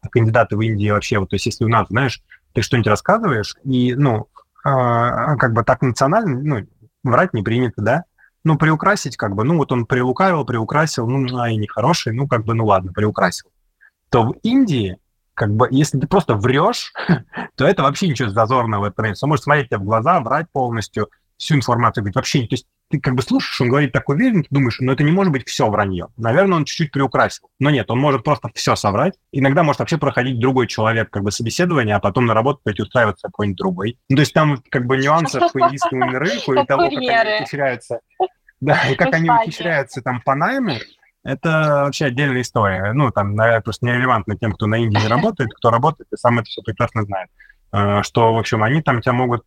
кандидаты в Индии вообще, вот, то есть если у нас, знаешь, ты что-нибудь рассказываешь, и, как бы так национально, врать не принято, да, приукрасить, как бы, вот он приукрасил, и нехороший, как бы, ладно, приукрасил. То в Индии, как бы, если ты просто врешь, то это вообще ничего зазорного в этом нет. Он может смотреть тебе в глаза, врать полностью, всю информацию говорить, вообще, то есть ты как бы слушаешь, он говорит так уверенно, ты думаешь, это не может быть все вранье. Наверное, он чуть-чуть приукрасил. Но нет, он может просто все соврать. Иногда может вообще проходить другой человек, как бы, собеседование, а потом на работу пойти устраиваться какой-нибудь другой. То есть там, как бы, нюансы по индийскому рынку и того, как они ухищряются. Да, и как они ухищряются там по найму, это вообще отдельная история. Там, наверное, просто нерелевантно тем, кто на Индии не работает, кто работает, и сам это все прекрасно знает. Что, в общем, они там тебя могут,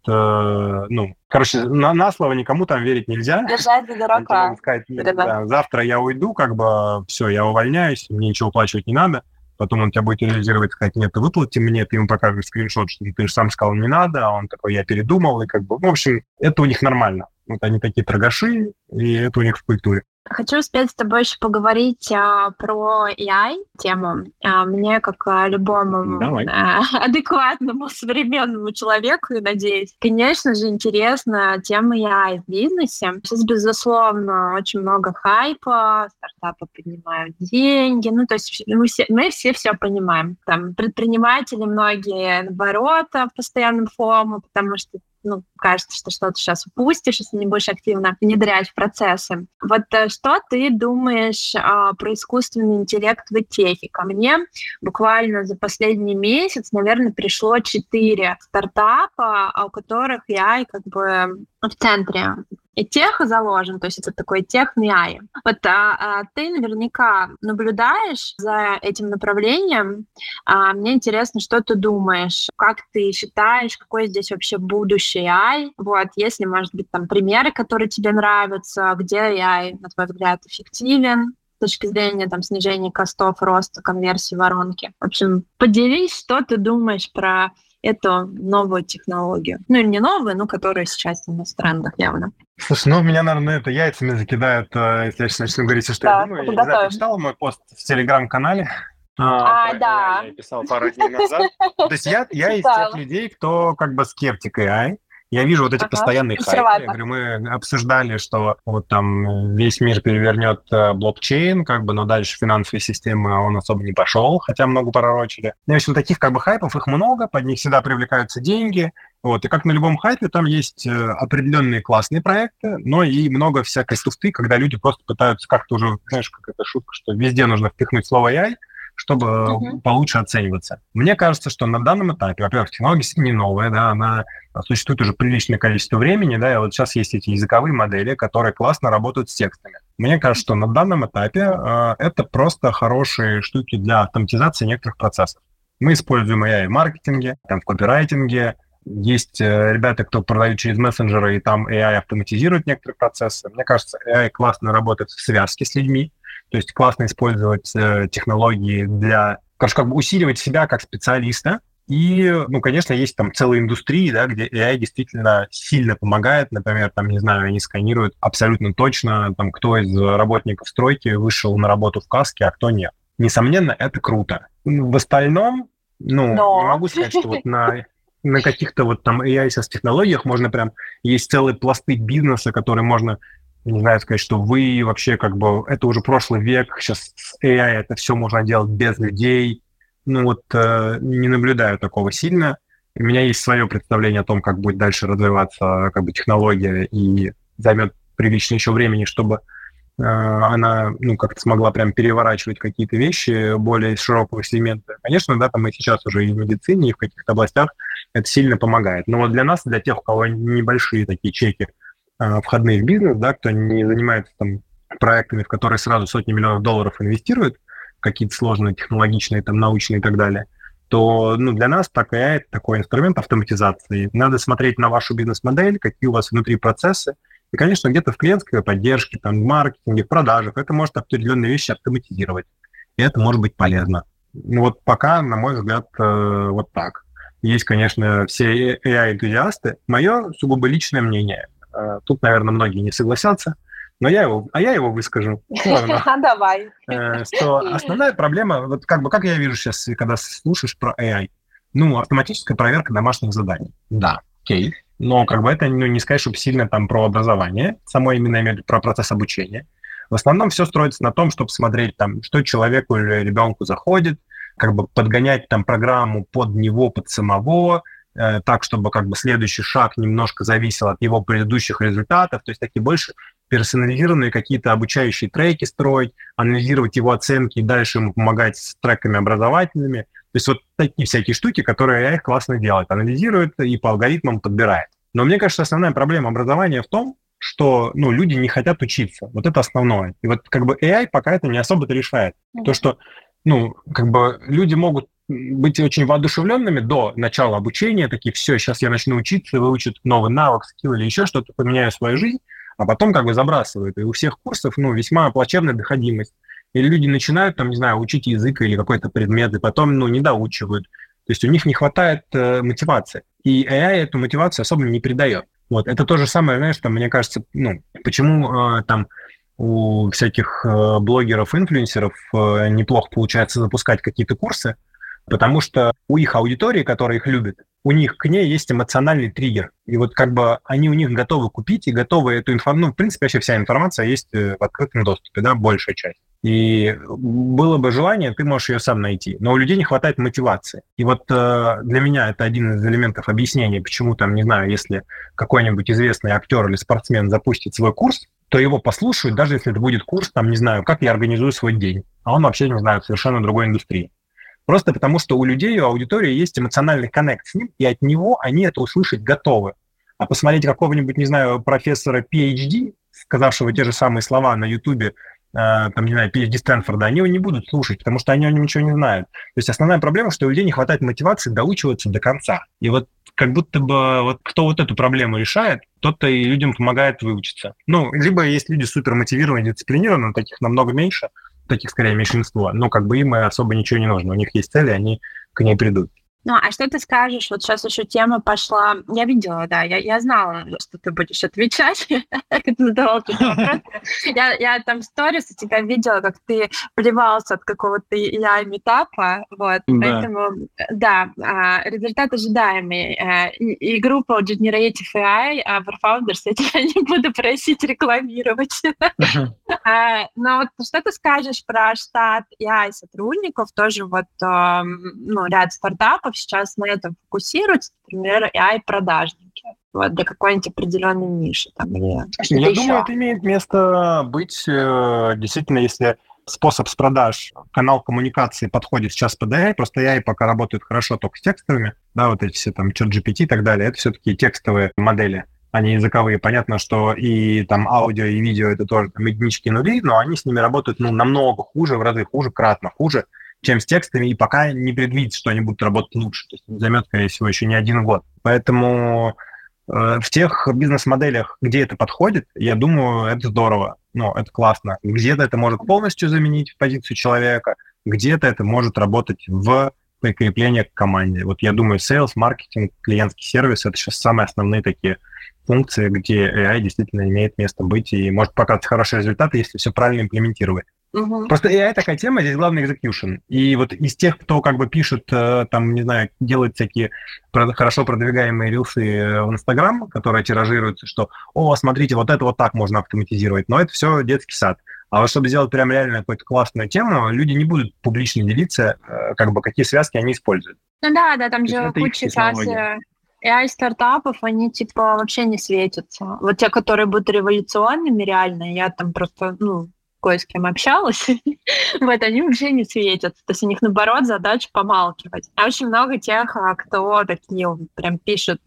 на слово никому там верить нельзя. Держать за дурака. Сказать, завтра я уйду, как бы, все, я увольняюсь, мне ничего уплачивать не надо. Потом он тебя будет реализировать, сказать, нет, выплати мне, ты ему покажешь скриншот, что ты же сам сказал, не надо, а он такой, я передумал, и как бы, в общем, это у них нормально. Вот они такие торгаши, и это у них в культуре. Хочу успеть с тобой еще поговорить про AI-тему. Мне, как любому адекватному современному человеку, надеюсь, конечно же, интересна тема AI в бизнесе. Сейчас, безусловно, очень много хайпа, стартапы поднимают деньги. То есть мы все понимаем. Там предприниматели многие, наоборот, в постоянном фомо, потому что кажется, что что-то сейчас упустишь, если не будешь активно внедрять в процессы. Вот что ты думаешь про искусственный интеллект в техе? Ко мне буквально за последний месяц, наверное, пришло 4 стартапа, у которых AI как бы в центре. И тех заложен, то есть это такой тех-AI. Вот ты наверняка наблюдаешь за этим направлением. Мне интересно, что ты думаешь, как ты считаешь, какое здесь вообще будущее AI? Вот, если, может быть, там примеры, которые тебе нравятся, где AI, на твой взгляд, эффективен с точки зрения там снижения костов, роста конверсии воронки. В общем, поделись, что ты думаешь про эту новую технологию. Или не новую, но которая сейчас у нас в трендах явно. Слушай, меня, наверное, это яйцами закидают, если я сейчас начну говорить, что я думаю. Я не знаю, ты читала мой пост в Телеграм-канале? Да. Я писал пару дней назад. То есть я из тех людей, кто как бы скептик AI. Я вижу вот эти постоянные хайпы. Я говорю, мы обсуждали, что вот там весь мир перевернет блокчейн, как бы, но дальше финансовые системы он особо не пошел, хотя много пророчили. В общем, таких как бы хайпов, их много, под них всегда привлекаются деньги. Вот, и как на любом хайпе, там есть определенные классные проекты, но и много всякой туфты, когда люди просто пытаются как-то уже, знаешь, как эта шутка, что везде нужно впихнуть слово AI, чтобы получше оцениваться. Мне кажется, что на данном этапе, во-первых, технология не новая, да, она существует уже приличное количество времени, да, и вот сейчас есть эти языковые модели, которые классно работают с текстами. Мне кажется, что на данном этапе это просто хорошие штуки для автоматизации некоторых процессов. Мы используем AI в маркетинге, там, в копирайтинге. Есть ребята, кто продают через мессенджеры, и там AI автоматизирует некоторые процессы. Мне кажется, AI классно работает в связке с людьми. То есть классно использовать технологии для, как бы усиливать себя как специалиста. И, конечно, есть там целые индустрии, да, где AI действительно сильно помогает. Например, там, не знаю, они сканируют абсолютно точно, там, кто из работников стройки вышел на работу в каске, а кто нет. Несомненно, это круто. В остальном, не могу сказать, что вот на каких-то вот там AI-технологиях можно прям... Есть целые пласты бизнеса, которые можно... Не знаю, сказать, что вы вообще как бы... Это уже прошлый век, сейчас с AI это все можно делать без людей. Не наблюдаю такого сильно. У меня есть свое представление о том, как будет дальше развиваться как бы технология, и займет прилично еще времени, чтобы она, как-то смогла прям переворачивать какие-то вещи более широкого сегмента. Конечно, да, там и сейчас уже и в медицине, и в каких-то областях это сильно помогает. Но вот для нас, для тех, у кого небольшие такие чеки, входные в бизнес, да, кто не занимается там проектами, в которые сразу сотни миллионов долларов инвестируют, какие-то сложные, технологичные, там, научные и так далее, то для нас это такой инструмент автоматизации. Надо смотреть на вашу бизнес-модель, какие у вас внутри процессы. И, конечно, где-то в клиентской поддержке, там, в маркетинге, в продажах это может определенные вещи автоматизировать. И это может быть полезно. Вот пока, на мой взгляд, вот так. Есть, конечно, все AI-энтузиасты. Мое сугубо личное мнение. Тут, наверное, многие не согласятся. но я его выскажу. Давай. Что основная проблема, вот как я вижу сейчас, когда слушаешь про AI, автоматическая проверка домашних заданий. Да, окей. Но это не сказать, чтобы сильно там про образование, само именно про процесс обучения. В основном все строится на том, чтобы смотреть, там, что человеку или ребенку заходит, подгонять там программу под него, под самого, так, чтобы следующий шаг немножко зависел от его предыдущих результатов, то есть такие больше персонализированные какие-то обучающие треки строить, анализировать его оценки и дальше ему помогать с треками образовательными. То есть вот такие всякие штуки, которые AI классно делает, анализирует и по алгоритмам подбирает. Но мне кажется, основная проблема образования в том, что люди не хотят учиться. Вот это основное. И вот AI пока это не особо-то решает. То, что люди могут быть очень воодушевленными до начала обучения, такие, все, сейчас я начну учиться, выучить новый навык, скилл или еще что-то, поменяю свою жизнь, а потом забрасывают. И у всех курсов весьма плачевная доходимость. Или люди начинают, там, не знаю, учить язык или какой-то предмет, и потом, не доучивают. То есть у них не хватает мотивации. И AI эту мотивацию особо не придает. Вот. Это то же самое, знаешь, там, мне кажется, почему там у всяких блогеров, инфлюенсеров неплохо получается запускать какие-то курсы, потому что у их аудитории, которая их любит, у них к ней есть эмоциональный триггер. И вот они у них готовы купить и готовы эту информацию... в принципе, вообще вся информация есть в открытом доступе, да, большая часть. И было бы желание, ты можешь ее сам найти. Но у людей не хватает мотивации. И вот для меня это один из элементов объяснения, почему там, не знаю, если какой-нибудь известный актер или спортсмен запустит свой курс, то его послушают, даже если это будет курс, там, не знаю, как я организую свой день. А он вообще, не знаю, в совершенно другой индустрии. Просто потому, что у людей, у аудитории есть эмоциональный коннект с ним, и от него они это услышать готовы. А посмотреть какого-нибудь, не знаю, профессора PhD, сказавшего те же самые слова на Ютубе, там, не знаю, PhD Стэнфорда, они его не будут слушать, потому что они о нем ничего не знают. То есть основная проблема, что у людей не хватает мотивации доучиваться до конца. И вот как будто бы вот кто вот эту проблему решает, тот-то и людям помогает выучиться. Либо есть люди супермотивированные, дисциплинированные, таких намного меньше, таких скорее меньшинство, но им особо ничего не нужно. У них есть цели, они к ней придут. А что ты скажешь? Вот сейчас еще тема пошла. Я видела, да, я знала, что ты будешь отвечать, как ты задавал эти вопросы. Я там сторис у тебя видела, как ты плевался от какого-то AI-метапа, вот, поэтому, да, результат ожидаемый. И группа Generative AI, Our Founders, я тебя не буду просить рекламировать. Но вот что ты скажешь про штат AI-сотрудников, тоже вот, ряд стартапов сейчас на этом фокусируются, например, AI-продажники, вот, для какой-нибудь определенной ниши. Там, или я думаю, это имеет место быть, действительно, если способ с продаж, канал коммуникации подходит сейчас под AI, просто AI пока работает хорошо только с текстовыми, да, вот эти все там ChatGPT и так далее, это все-таки текстовые модели, а не языковые. Понятно, что и там аудио, и видео это тоже там единички, нули, но они с ними работают намного хуже, в разы хуже, кратно хуже, чем с текстами, и пока не предвидится, что они будут работать лучше. То есть займет, скорее всего, еще не 1 год. Поэтому в тех бизнес-моделях, где это подходит, я думаю, это здорово. Это классно. Где-то это может полностью заменить позицию человека, где-то это может работать в прикреплении к команде. Вот я думаю, sales, маркетинг, клиентский сервис — это сейчас самые основные такие функции, где AI действительно имеет место быть и может показать хорошие результаты, если все правильно имплементировать. Просто AI такая тема, здесь главный execution. И вот из тех, кто пишет, там, не знаю, делает всякие хорошо продвигаемые рилсы в Инстаграм, которые тиражируются, что, смотрите, вот это вот так можно автоматизировать, но это все детский сад. А вот чтобы сделать прям реально какую-то классную тему, люди не будут публично делиться, какие связки они используют. Да, там же куча сейчас AI-стартапов, они вообще не светятся. Вот те, которые будут революционными, реально, я там просто, кое с кем общалась, вот, они вообще не светятся. То есть у них, наоборот, задача помалкивать. А очень много тех, кто такие прям пишут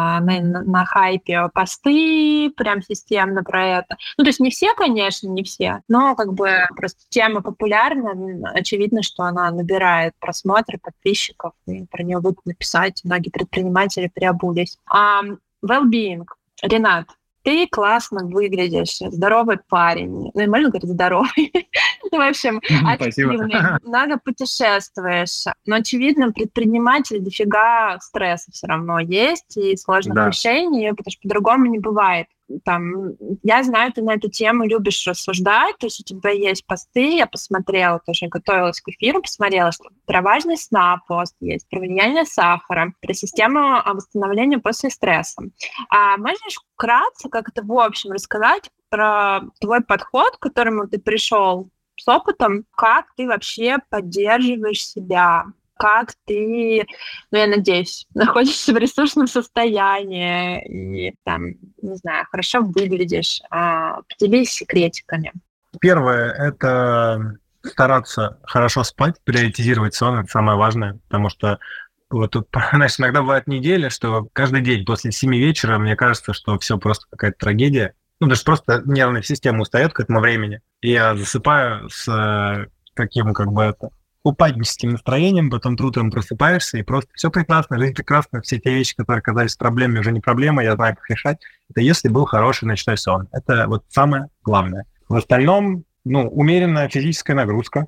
на хайпе посты, прям системно про это. То есть не все, конечно, не все, но просто тема популярна, очевидно, что она набирает просмотры, подписчиков, и про нее будут написать, многие предприниматели приобулись. Well-being. Ренат, ты классно выглядишь, здоровый парень. Можно говорить здоровый? В общем, активный. Много путешествуешь. Но, очевидно, предприниматель дофига стресса все равно есть и сложных решений, потому что по-другому не бывает. Там, я знаю, ты на эту тему любишь рассуждать, то есть у тебя есть посты, я посмотрела, тоже готовилась к эфиру, посмотрела, что про важность сна пост есть, про влияние сахара, про систему восстановления после стресса. А можешь вкратце как-то в общем рассказать про твой подход, к которому ты пришел с опытом, как ты вообще поддерживаешь себя, как ты, я надеюсь, находишься в ресурсном состоянии и, там, не знаю, хорошо выглядишь. Поделись секретиками. Первое – это стараться хорошо спать, приоритизировать сон – это самое важное, потому что вот тут, знаешь, иногда бывает неделя, что каждый день после 7 вечера мне кажется, что все просто какая-то трагедия. Даже просто нервная система устает к этому времени, и я засыпаю с таким, упадническим настроением, потом ты утром просыпаешься, и просто все прекрасно, жизнь прекрасна, все те вещи, которые казались проблемой, уже не проблема, я знаю, как решать. Это если был хороший ночной сон. Это вот самое главное. В остальном, умеренная физическая нагрузка.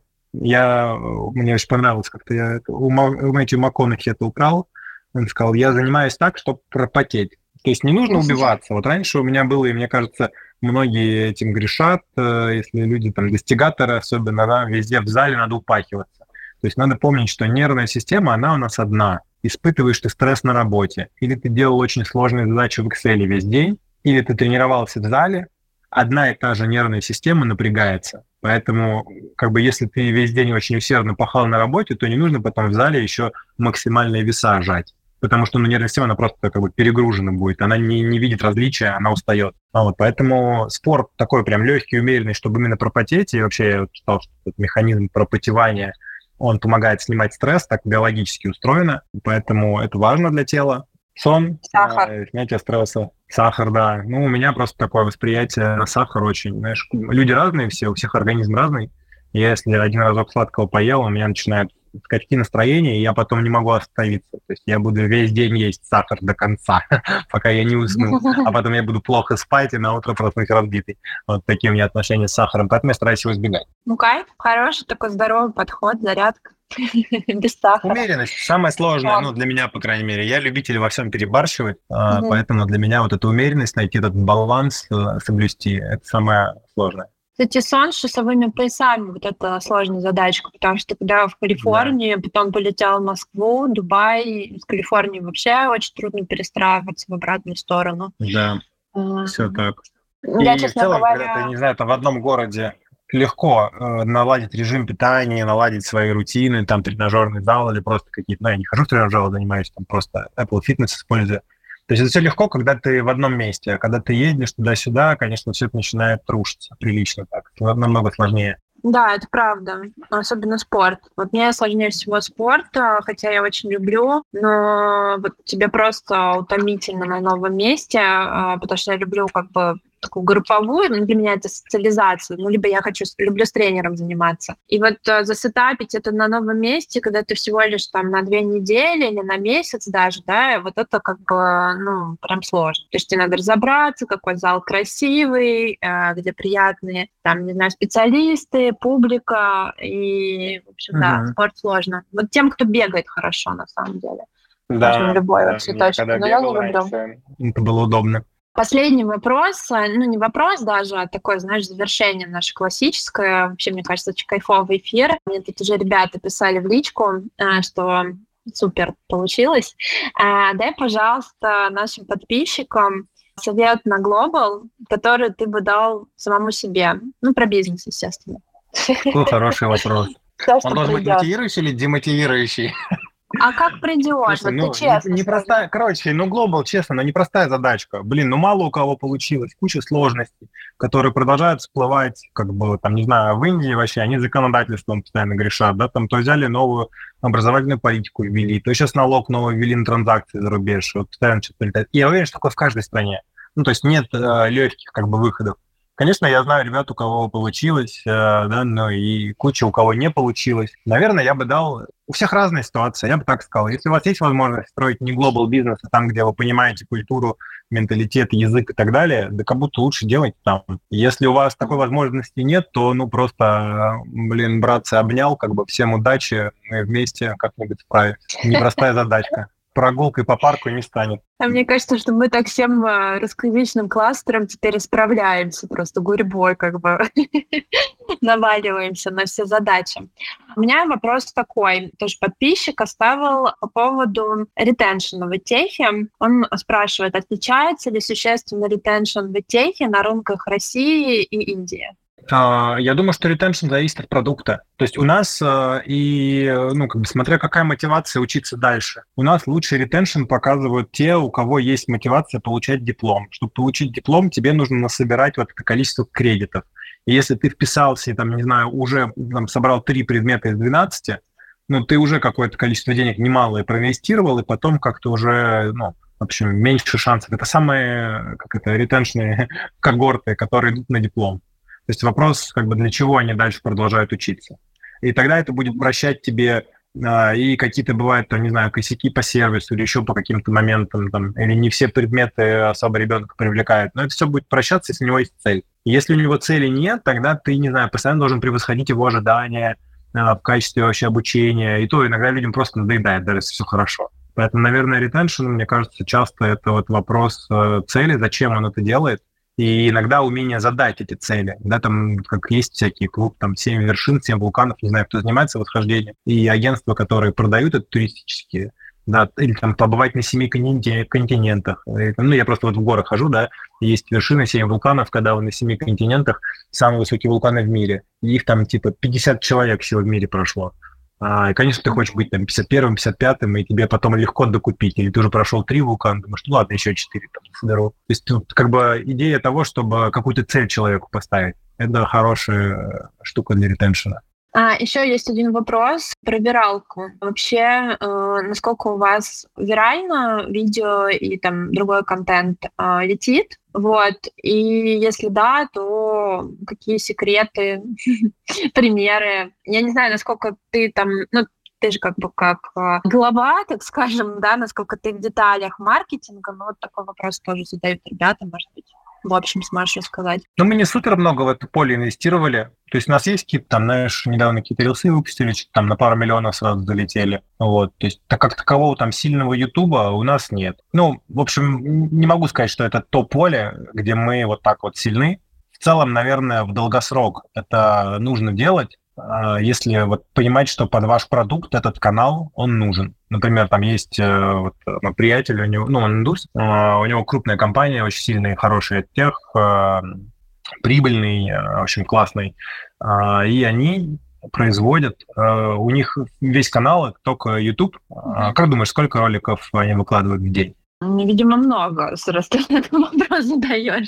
Мне очень понравилось, как-то я у Мэтью МакКонахи это украл. Он сказал, я занимаюсь так, чтобы пропотеть. То есть не нужно убиваться. Вот раньше у меня было, и мне кажется, многие этим грешат, если люди достигаторы особенно, везде в зале надо упахиваться. То есть надо помнить, что нервная система, она у нас одна. Испытываешь ты стресс на работе, или ты делал очень сложные задачи в Excel весь день, или ты тренировался в зале, одна и та же нервная система напрягается. Поэтому, если ты весь день очень усердно пахал на работе, то не нужно потом в зале еще максимальные веса жать. Потому что нервная система, она просто перегружена будет, она не видит различия, она устает. Поэтому спорт такой прям легкий, умеренный, чтобы именно пропотеть, и вообще я читал, что этот механизм пропотевания, он помогает снимать стресс, так биологически устроено, поэтому это важно для тела. Сон, снятие стресса, сахар, да. У меня просто такое восприятие на сахар очень, знаешь, люди разные все, у всех организм разный. Я если один разок сладкого поел, у меня начинают скачки настроения, и я потом не могу остановиться. То есть я буду весь день есть сахар до конца, пока я не усну, а потом я буду плохо спать, и на утро проснусь разбитый. Вот такие у меня отношения с сахаром, поэтому я стараюсь его избегать. Кайф, хороший такой здоровый подход, зарядка. Без сахара. Умеренность самое сложное, для меня, по крайней мере. Я любитель во всем перебарщивать, поэтому для меня вот эта умеренность, найти этот баланс, соблюсти, это самое сложное. Кстати, сон с часовыми поясами, вот это сложная задачка, потому что когда в Калифорнии, потом полетел в Москву, Дубай, из Калифорнии вообще очень трудно перестраиваться в обратную сторону. Да, все так. Я, и честно в целом, говоря... когда ты, не знаю, там в одном городе легко наладить режим питания, наладить свои рутины, там тренажерный зал или просто какие-то... я не хожу в тренажер, занимаюсь там просто Apple Fitness использую. То есть это все легко, когда ты в одном месте, а когда ты едешь туда-сюда, конечно, все это начинает рушиться прилично так. Намного сложнее. Да, это правда. Особенно спорт. Вот мне сложнее всего спорт, хотя я очень люблю, но вот тебе просто утомительно на новом месте, потому что я люблю такую групповую, для меня это социализация, либо я люблю с тренером заниматься. И вот засетапить это на новом месте, когда ты всего лишь там на 2 недели или на месяц даже, да, вот это прям сложно. То есть тебе надо разобраться, какой зал красивый, где приятные, там, не знаю, специалисты, публика, и, в общем, да, спорт сложно. Вот тем, кто бегает хорошо, на самом деле. Да, любой вообще точно, но я не люблю. Это было удобно. Последний вопрос, не вопрос даже, а такое, знаешь, завершение наше классическое. Вообще, мне кажется, очень кайфовый эфир. Мне тут уже ребята писали в личку, что супер получилось. Дай, пожалуйста, нашим подписчикам совет на Global, который ты бы дал самому себе. Про бизнес, естественно. Какой хороший вопрос. Он должен быть мотивирующий или демотивирующий? А как придешь? Слушай, ты честно непростая, Global, честно, непростая задачка. Мало у кого получилось, куча сложностей, которые продолжают всплывать, не знаю, в Индии вообще, они законодательством постоянно грешат, да, там то взяли новую образовательную политику ввели, то сейчас налог новый ввели на транзакции за рубеж, вот постоянно что-то прилетает. И я уверен, что такое в каждой стране. То есть нет легких выходов. Конечно, я знаю ребят, у кого получилось, но и куча у кого не получилось. Наверное, я бы дал... У всех разные ситуации, я бы так сказал. Если у вас есть возможность строить не глобал бизнес, а там, где вы понимаете культуру менталитет, язык и так далее, да как будто лучше делать там. Если у вас такой возможности нет, то, просто, братцы, обнял, всем удачи, мы вместе как-нибудь справимся. Непростая задачка. Прогулкой по парку не станет. А мне кажется, что мы так всем русскоязычным кластером теперь справляемся, просто гурьбой наваливаемся на все задачи. У меня вопрос такой, тоже подписчик оставил по поводу ретеншена в EdTech. Он спрашивает, отличается ли существенно ретеншн в EdTech на рынках России и Индии? Я думаю, что ретеншн зависит от продукта. То есть у нас, смотря какая мотивация учиться дальше, у нас лучший ретеншн показывают те, у кого есть мотивация получать диплом. Чтобы получить диплом, тебе нужно насобирать вот это количество кредитов. И если ты вписался и, уже собрал 3 предмета из 12, ты уже какое-то количество денег немалое проинвестировал, и потом как-то уже, в общем, меньше шансов. Это самые, ретеншные когорты, которые идут на диплом. То есть вопрос, для чего они дальше продолжают учиться. И тогда это будет прощать тебе и какие-то бывают, косяки по сервису или еще по каким-то моментам, или не все предметы особо ребенка привлекают. Но это все будет прощаться, если у него есть цель. И если у него цели нет, тогда ты, постоянно должен превосходить его ожидания в качестве вообще обучения. И то иногда людям просто надоедает, даже если все хорошо. Поэтому, наверное, ретеншн, мне кажется, часто это вопрос цели, зачем он это делает. И иногда умение задать эти цели. Да, как есть всякие клуб, 7 вершин, 7 вулканов, не знаю, кто занимается восхождением. И агентства, которые продают это туристические, да, или побывать на 7 континентах. Я просто в горах хожу, да, есть вершины 7 вулканов, когда вы на 7 континентах, самые высокие вулканы в мире. И их 50 человек всего в мире прошло. И, конечно, ты хочешь быть 51-м, 55-м, и тебе потом легко докупить. Или ты уже прошел 3 вулкана, думаешь, ладно, еще 4 соберу. То есть идея того, чтобы какую-то цель человеку поставить, это хорошая штука для ретеншена. Еще есть один вопрос про виралку. Вообще, насколько у вас вирально видео и другой контент летит? И если да, то какие секреты, примеры? Я не знаю, насколько ты ты же как глава, так скажем, да, насколько ты в деталях маркетинга, но такой вопрос тоже задают ребята, может быть. В общем, сможешь рассказать. Мы не супер много в это поле инвестировали. То есть у нас есть какие-то, недавно какие-то рилсы выпустили, на пару миллионов сразу залетели. То есть как такового сильного Ютуба у нас нет. В общем, не могу сказать, что это то поле, где мы так сильны. В целом, наверное, в долгосрок это нужно делать, если понимать, что под ваш продукт этот канал, он нужен. Например, есть мой приятель, у него, он индус, у него крупная компания, очень сильный, хороший тех, прибыльный, в общем, классный. И они производят, у них весь канал только YouTube. Как думаешь, сколько роликов они выкладывают в день? Видимо, много, раз ты этот вопрос задаешь.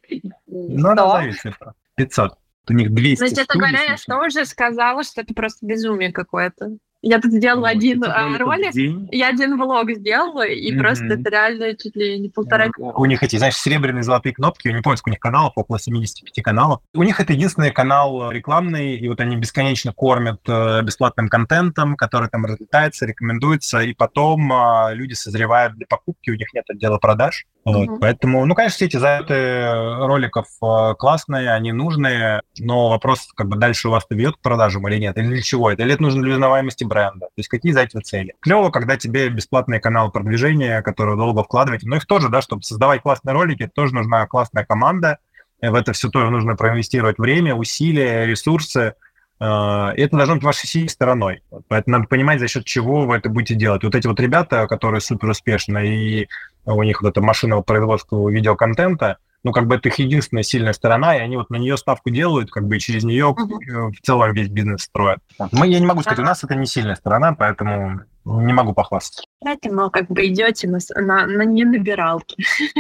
Назови цифру. 500. У них 200. Значит, это говоря, я тоже сказала, что это просто безумие какое-то. Я тут сделала один ролик, я один влог сделала, и просто это реально чуть ли не 1,5. У них эти, серебряные золотые кнопки, я не помню, сколько у них каналов, около 75 каналов. У них это единственный канал рекламный, и они бесконечно кормят бесплатным контентом, который разлетается, рекомендуется, и потом люди созревают для покупки, у них нет отдела продаж. Поэтому, конечно, все эти записи роликов классные, они нужные, но вопрос, дальше у вас-то ведет к продажам или нет, или для чего это, или это нужно для узнаваемости бренда, то есть какие за этим цели. Клево, когда тебе бесплатный канал продвижения, который долго вкладываете, но их тоже, да, чтобы создавать классные ролики, тоже нужна классная команда, в это все тоже нужно проинвестировать время, усилия, ресурсы, и это должно быть вашей сильной стороной. Поэтому надо понимать, за счет чего вы это будете делать. Эти ребята, которые супер успешны, и у них эта машина производства видеоконтента, это их единственная сильная сторона, и они на нее ставку делают, и через нее в целом весь бизнес строят. Я не могу сказать, у нас это не сильная сторона, поэтому не могу похвастаться. Поэтому идете на ненабиралки.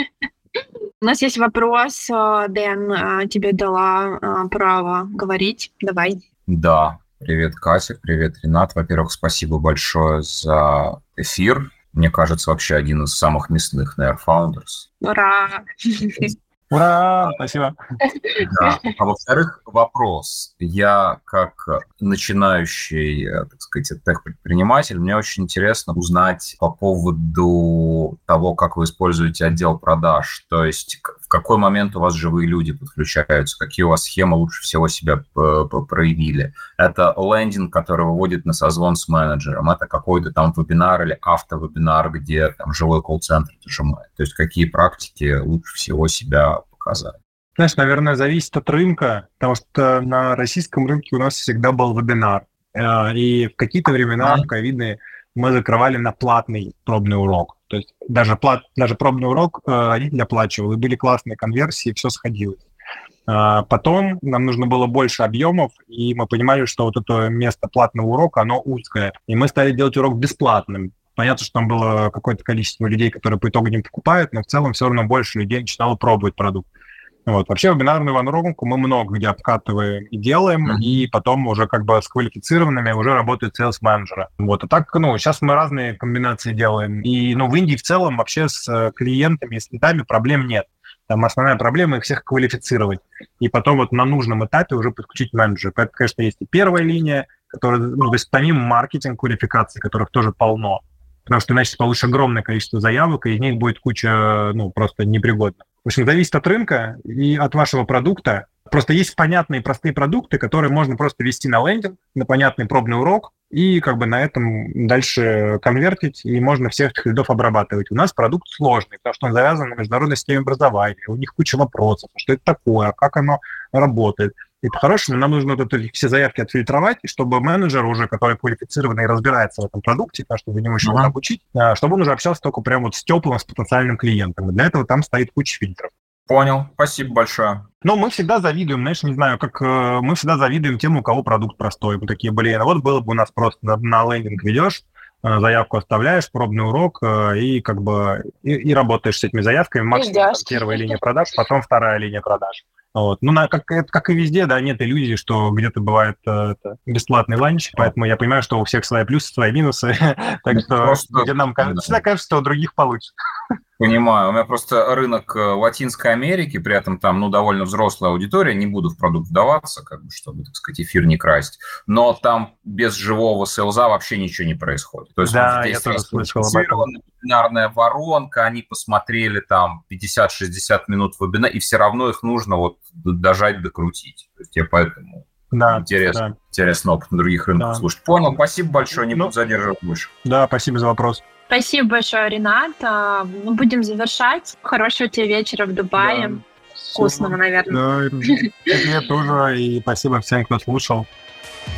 У нас есть вопрос, Дэн, тебе дала право говорить. Давай. Да. Привет, Катя. Привет, Ренат. Во-первых, спасибо большое за эфир. Мне кажется, вообще один из самых мясных, наверное, founders. Ура! Ура! Спасибо. Да. А во-вторых, вопрос. Я как начинающий, так сказать, тех-предприниматель, мне очень интересно узнать по поводу того, как вы используете отдел продаж. То есть в какой момент у вас живые люди подключаются, какие у вас схемы лучше всего себя проявили. Это лендинг, который выводит на созвон с менеджером. Это какой-то там вебинар или автовебинар, где там живой колл-центр нажимает. То есть какие практики лучше всего себя показали. Знаешь, наверное, зависит от рынка, потому что на российском рынке у нас всегда был вебинар. И в какие-то времена, в ковидные, мы закрывали на платный пробный урок. То есть даже пробный урок родитель оплачивал, и были классные конверсии, все сходилось. Потом нам нужно было больше объемов, и мы понимали, что вот это место платного урока, оно узкое. И мы стали делать урок бесплатным. Понятно, что там было какое-то количество людей, которые по итогу не покупают, но в целом все равно больше людей начинало пробовать продукт. Вот. Вообще вебинарную воронку мы много где обкатываем и делаем, и потом уже как бы с квалифицированными уже работают sales-менеджеры. Вот. А так, сейчас мы разные комбинации делаем. И, в Индии в целом вообще с клиентами и с лидами проблем нет. Там основная проблема их всех квалифицировать. И потом вот на нужном этапе уже подключить менеджера. Поэтому, конечно, есть и первая линия, которая, то есть помимо маркетинг квалификации, которых тоже полно, потому что иначе ты получишь огромное количество заявок, и из них будет куча, просто непригодных. В общем, зависит от рынка и от вашего продукта. Просто есть понятные, простые продукты, которые можно просто вести на лендинг, на понятный пробный урок, и как бы на этом дальше конвертить, и можно всех этих лидов обрабатывать. У нас продукт сложный, потому что он завязан на международной системе образования, у них куча вопросов, что это такое, как оно работает. И по-хорошему нам нужно вот эти все заявки отфильтровать, чтобы менеджер уже, который квалифицированный и разбирается в этом продукте, потому что вы него еще нужно обучить, чтобы он уже общался только прямо вот с теплым, с потенциальным клиентом. И для этого там стоит куча фильтров. Понял, спасибо большое. Но мы всегда завидуем, знаешь, не знаю, как мы всегда завидуем тем, у кого продукт простой. Мы такие, вот было бы у нас просто на лендинг ведешь, заявку оставляешь, пробный урок, и как бы и работаешь с этими заявками. Максимум первая линия продаж, потом вторая линия продаж. Вот. Как и везде, да, нет иллюзий, что где-то бывает бесплатный ланч, поэтому я понимаю, что у всех свои плюсы, свои минусы, так что где нам всегда кажется, что у других получше. Понимаю. У меня просто рынок Латинской Америки, при этом там, довольно взрослая аудитория, не буду в продукт вдаваться, чтобы, так сказать, эфир не красть, но там без живого сейлза вообще ничего не происходит. То есть да, я тоже слышал об этом. Вебинарная воронка, они посмотрели там 50-60 минут вебинара, и все равно их нужно дожать, докрутить. То есть я поэтому... Да, интересно опыт на других рынках слушать. Понял, спасибо большое, не буду задерживать больше. Да, спасибо за вопрос. Спасибо большое, Ренат. Мы будем завершать. Хорошего тебе вечера в Дубае. Да. Вкусного, наверное. Да, тебе тоже. И спасибо всем, кто слушал.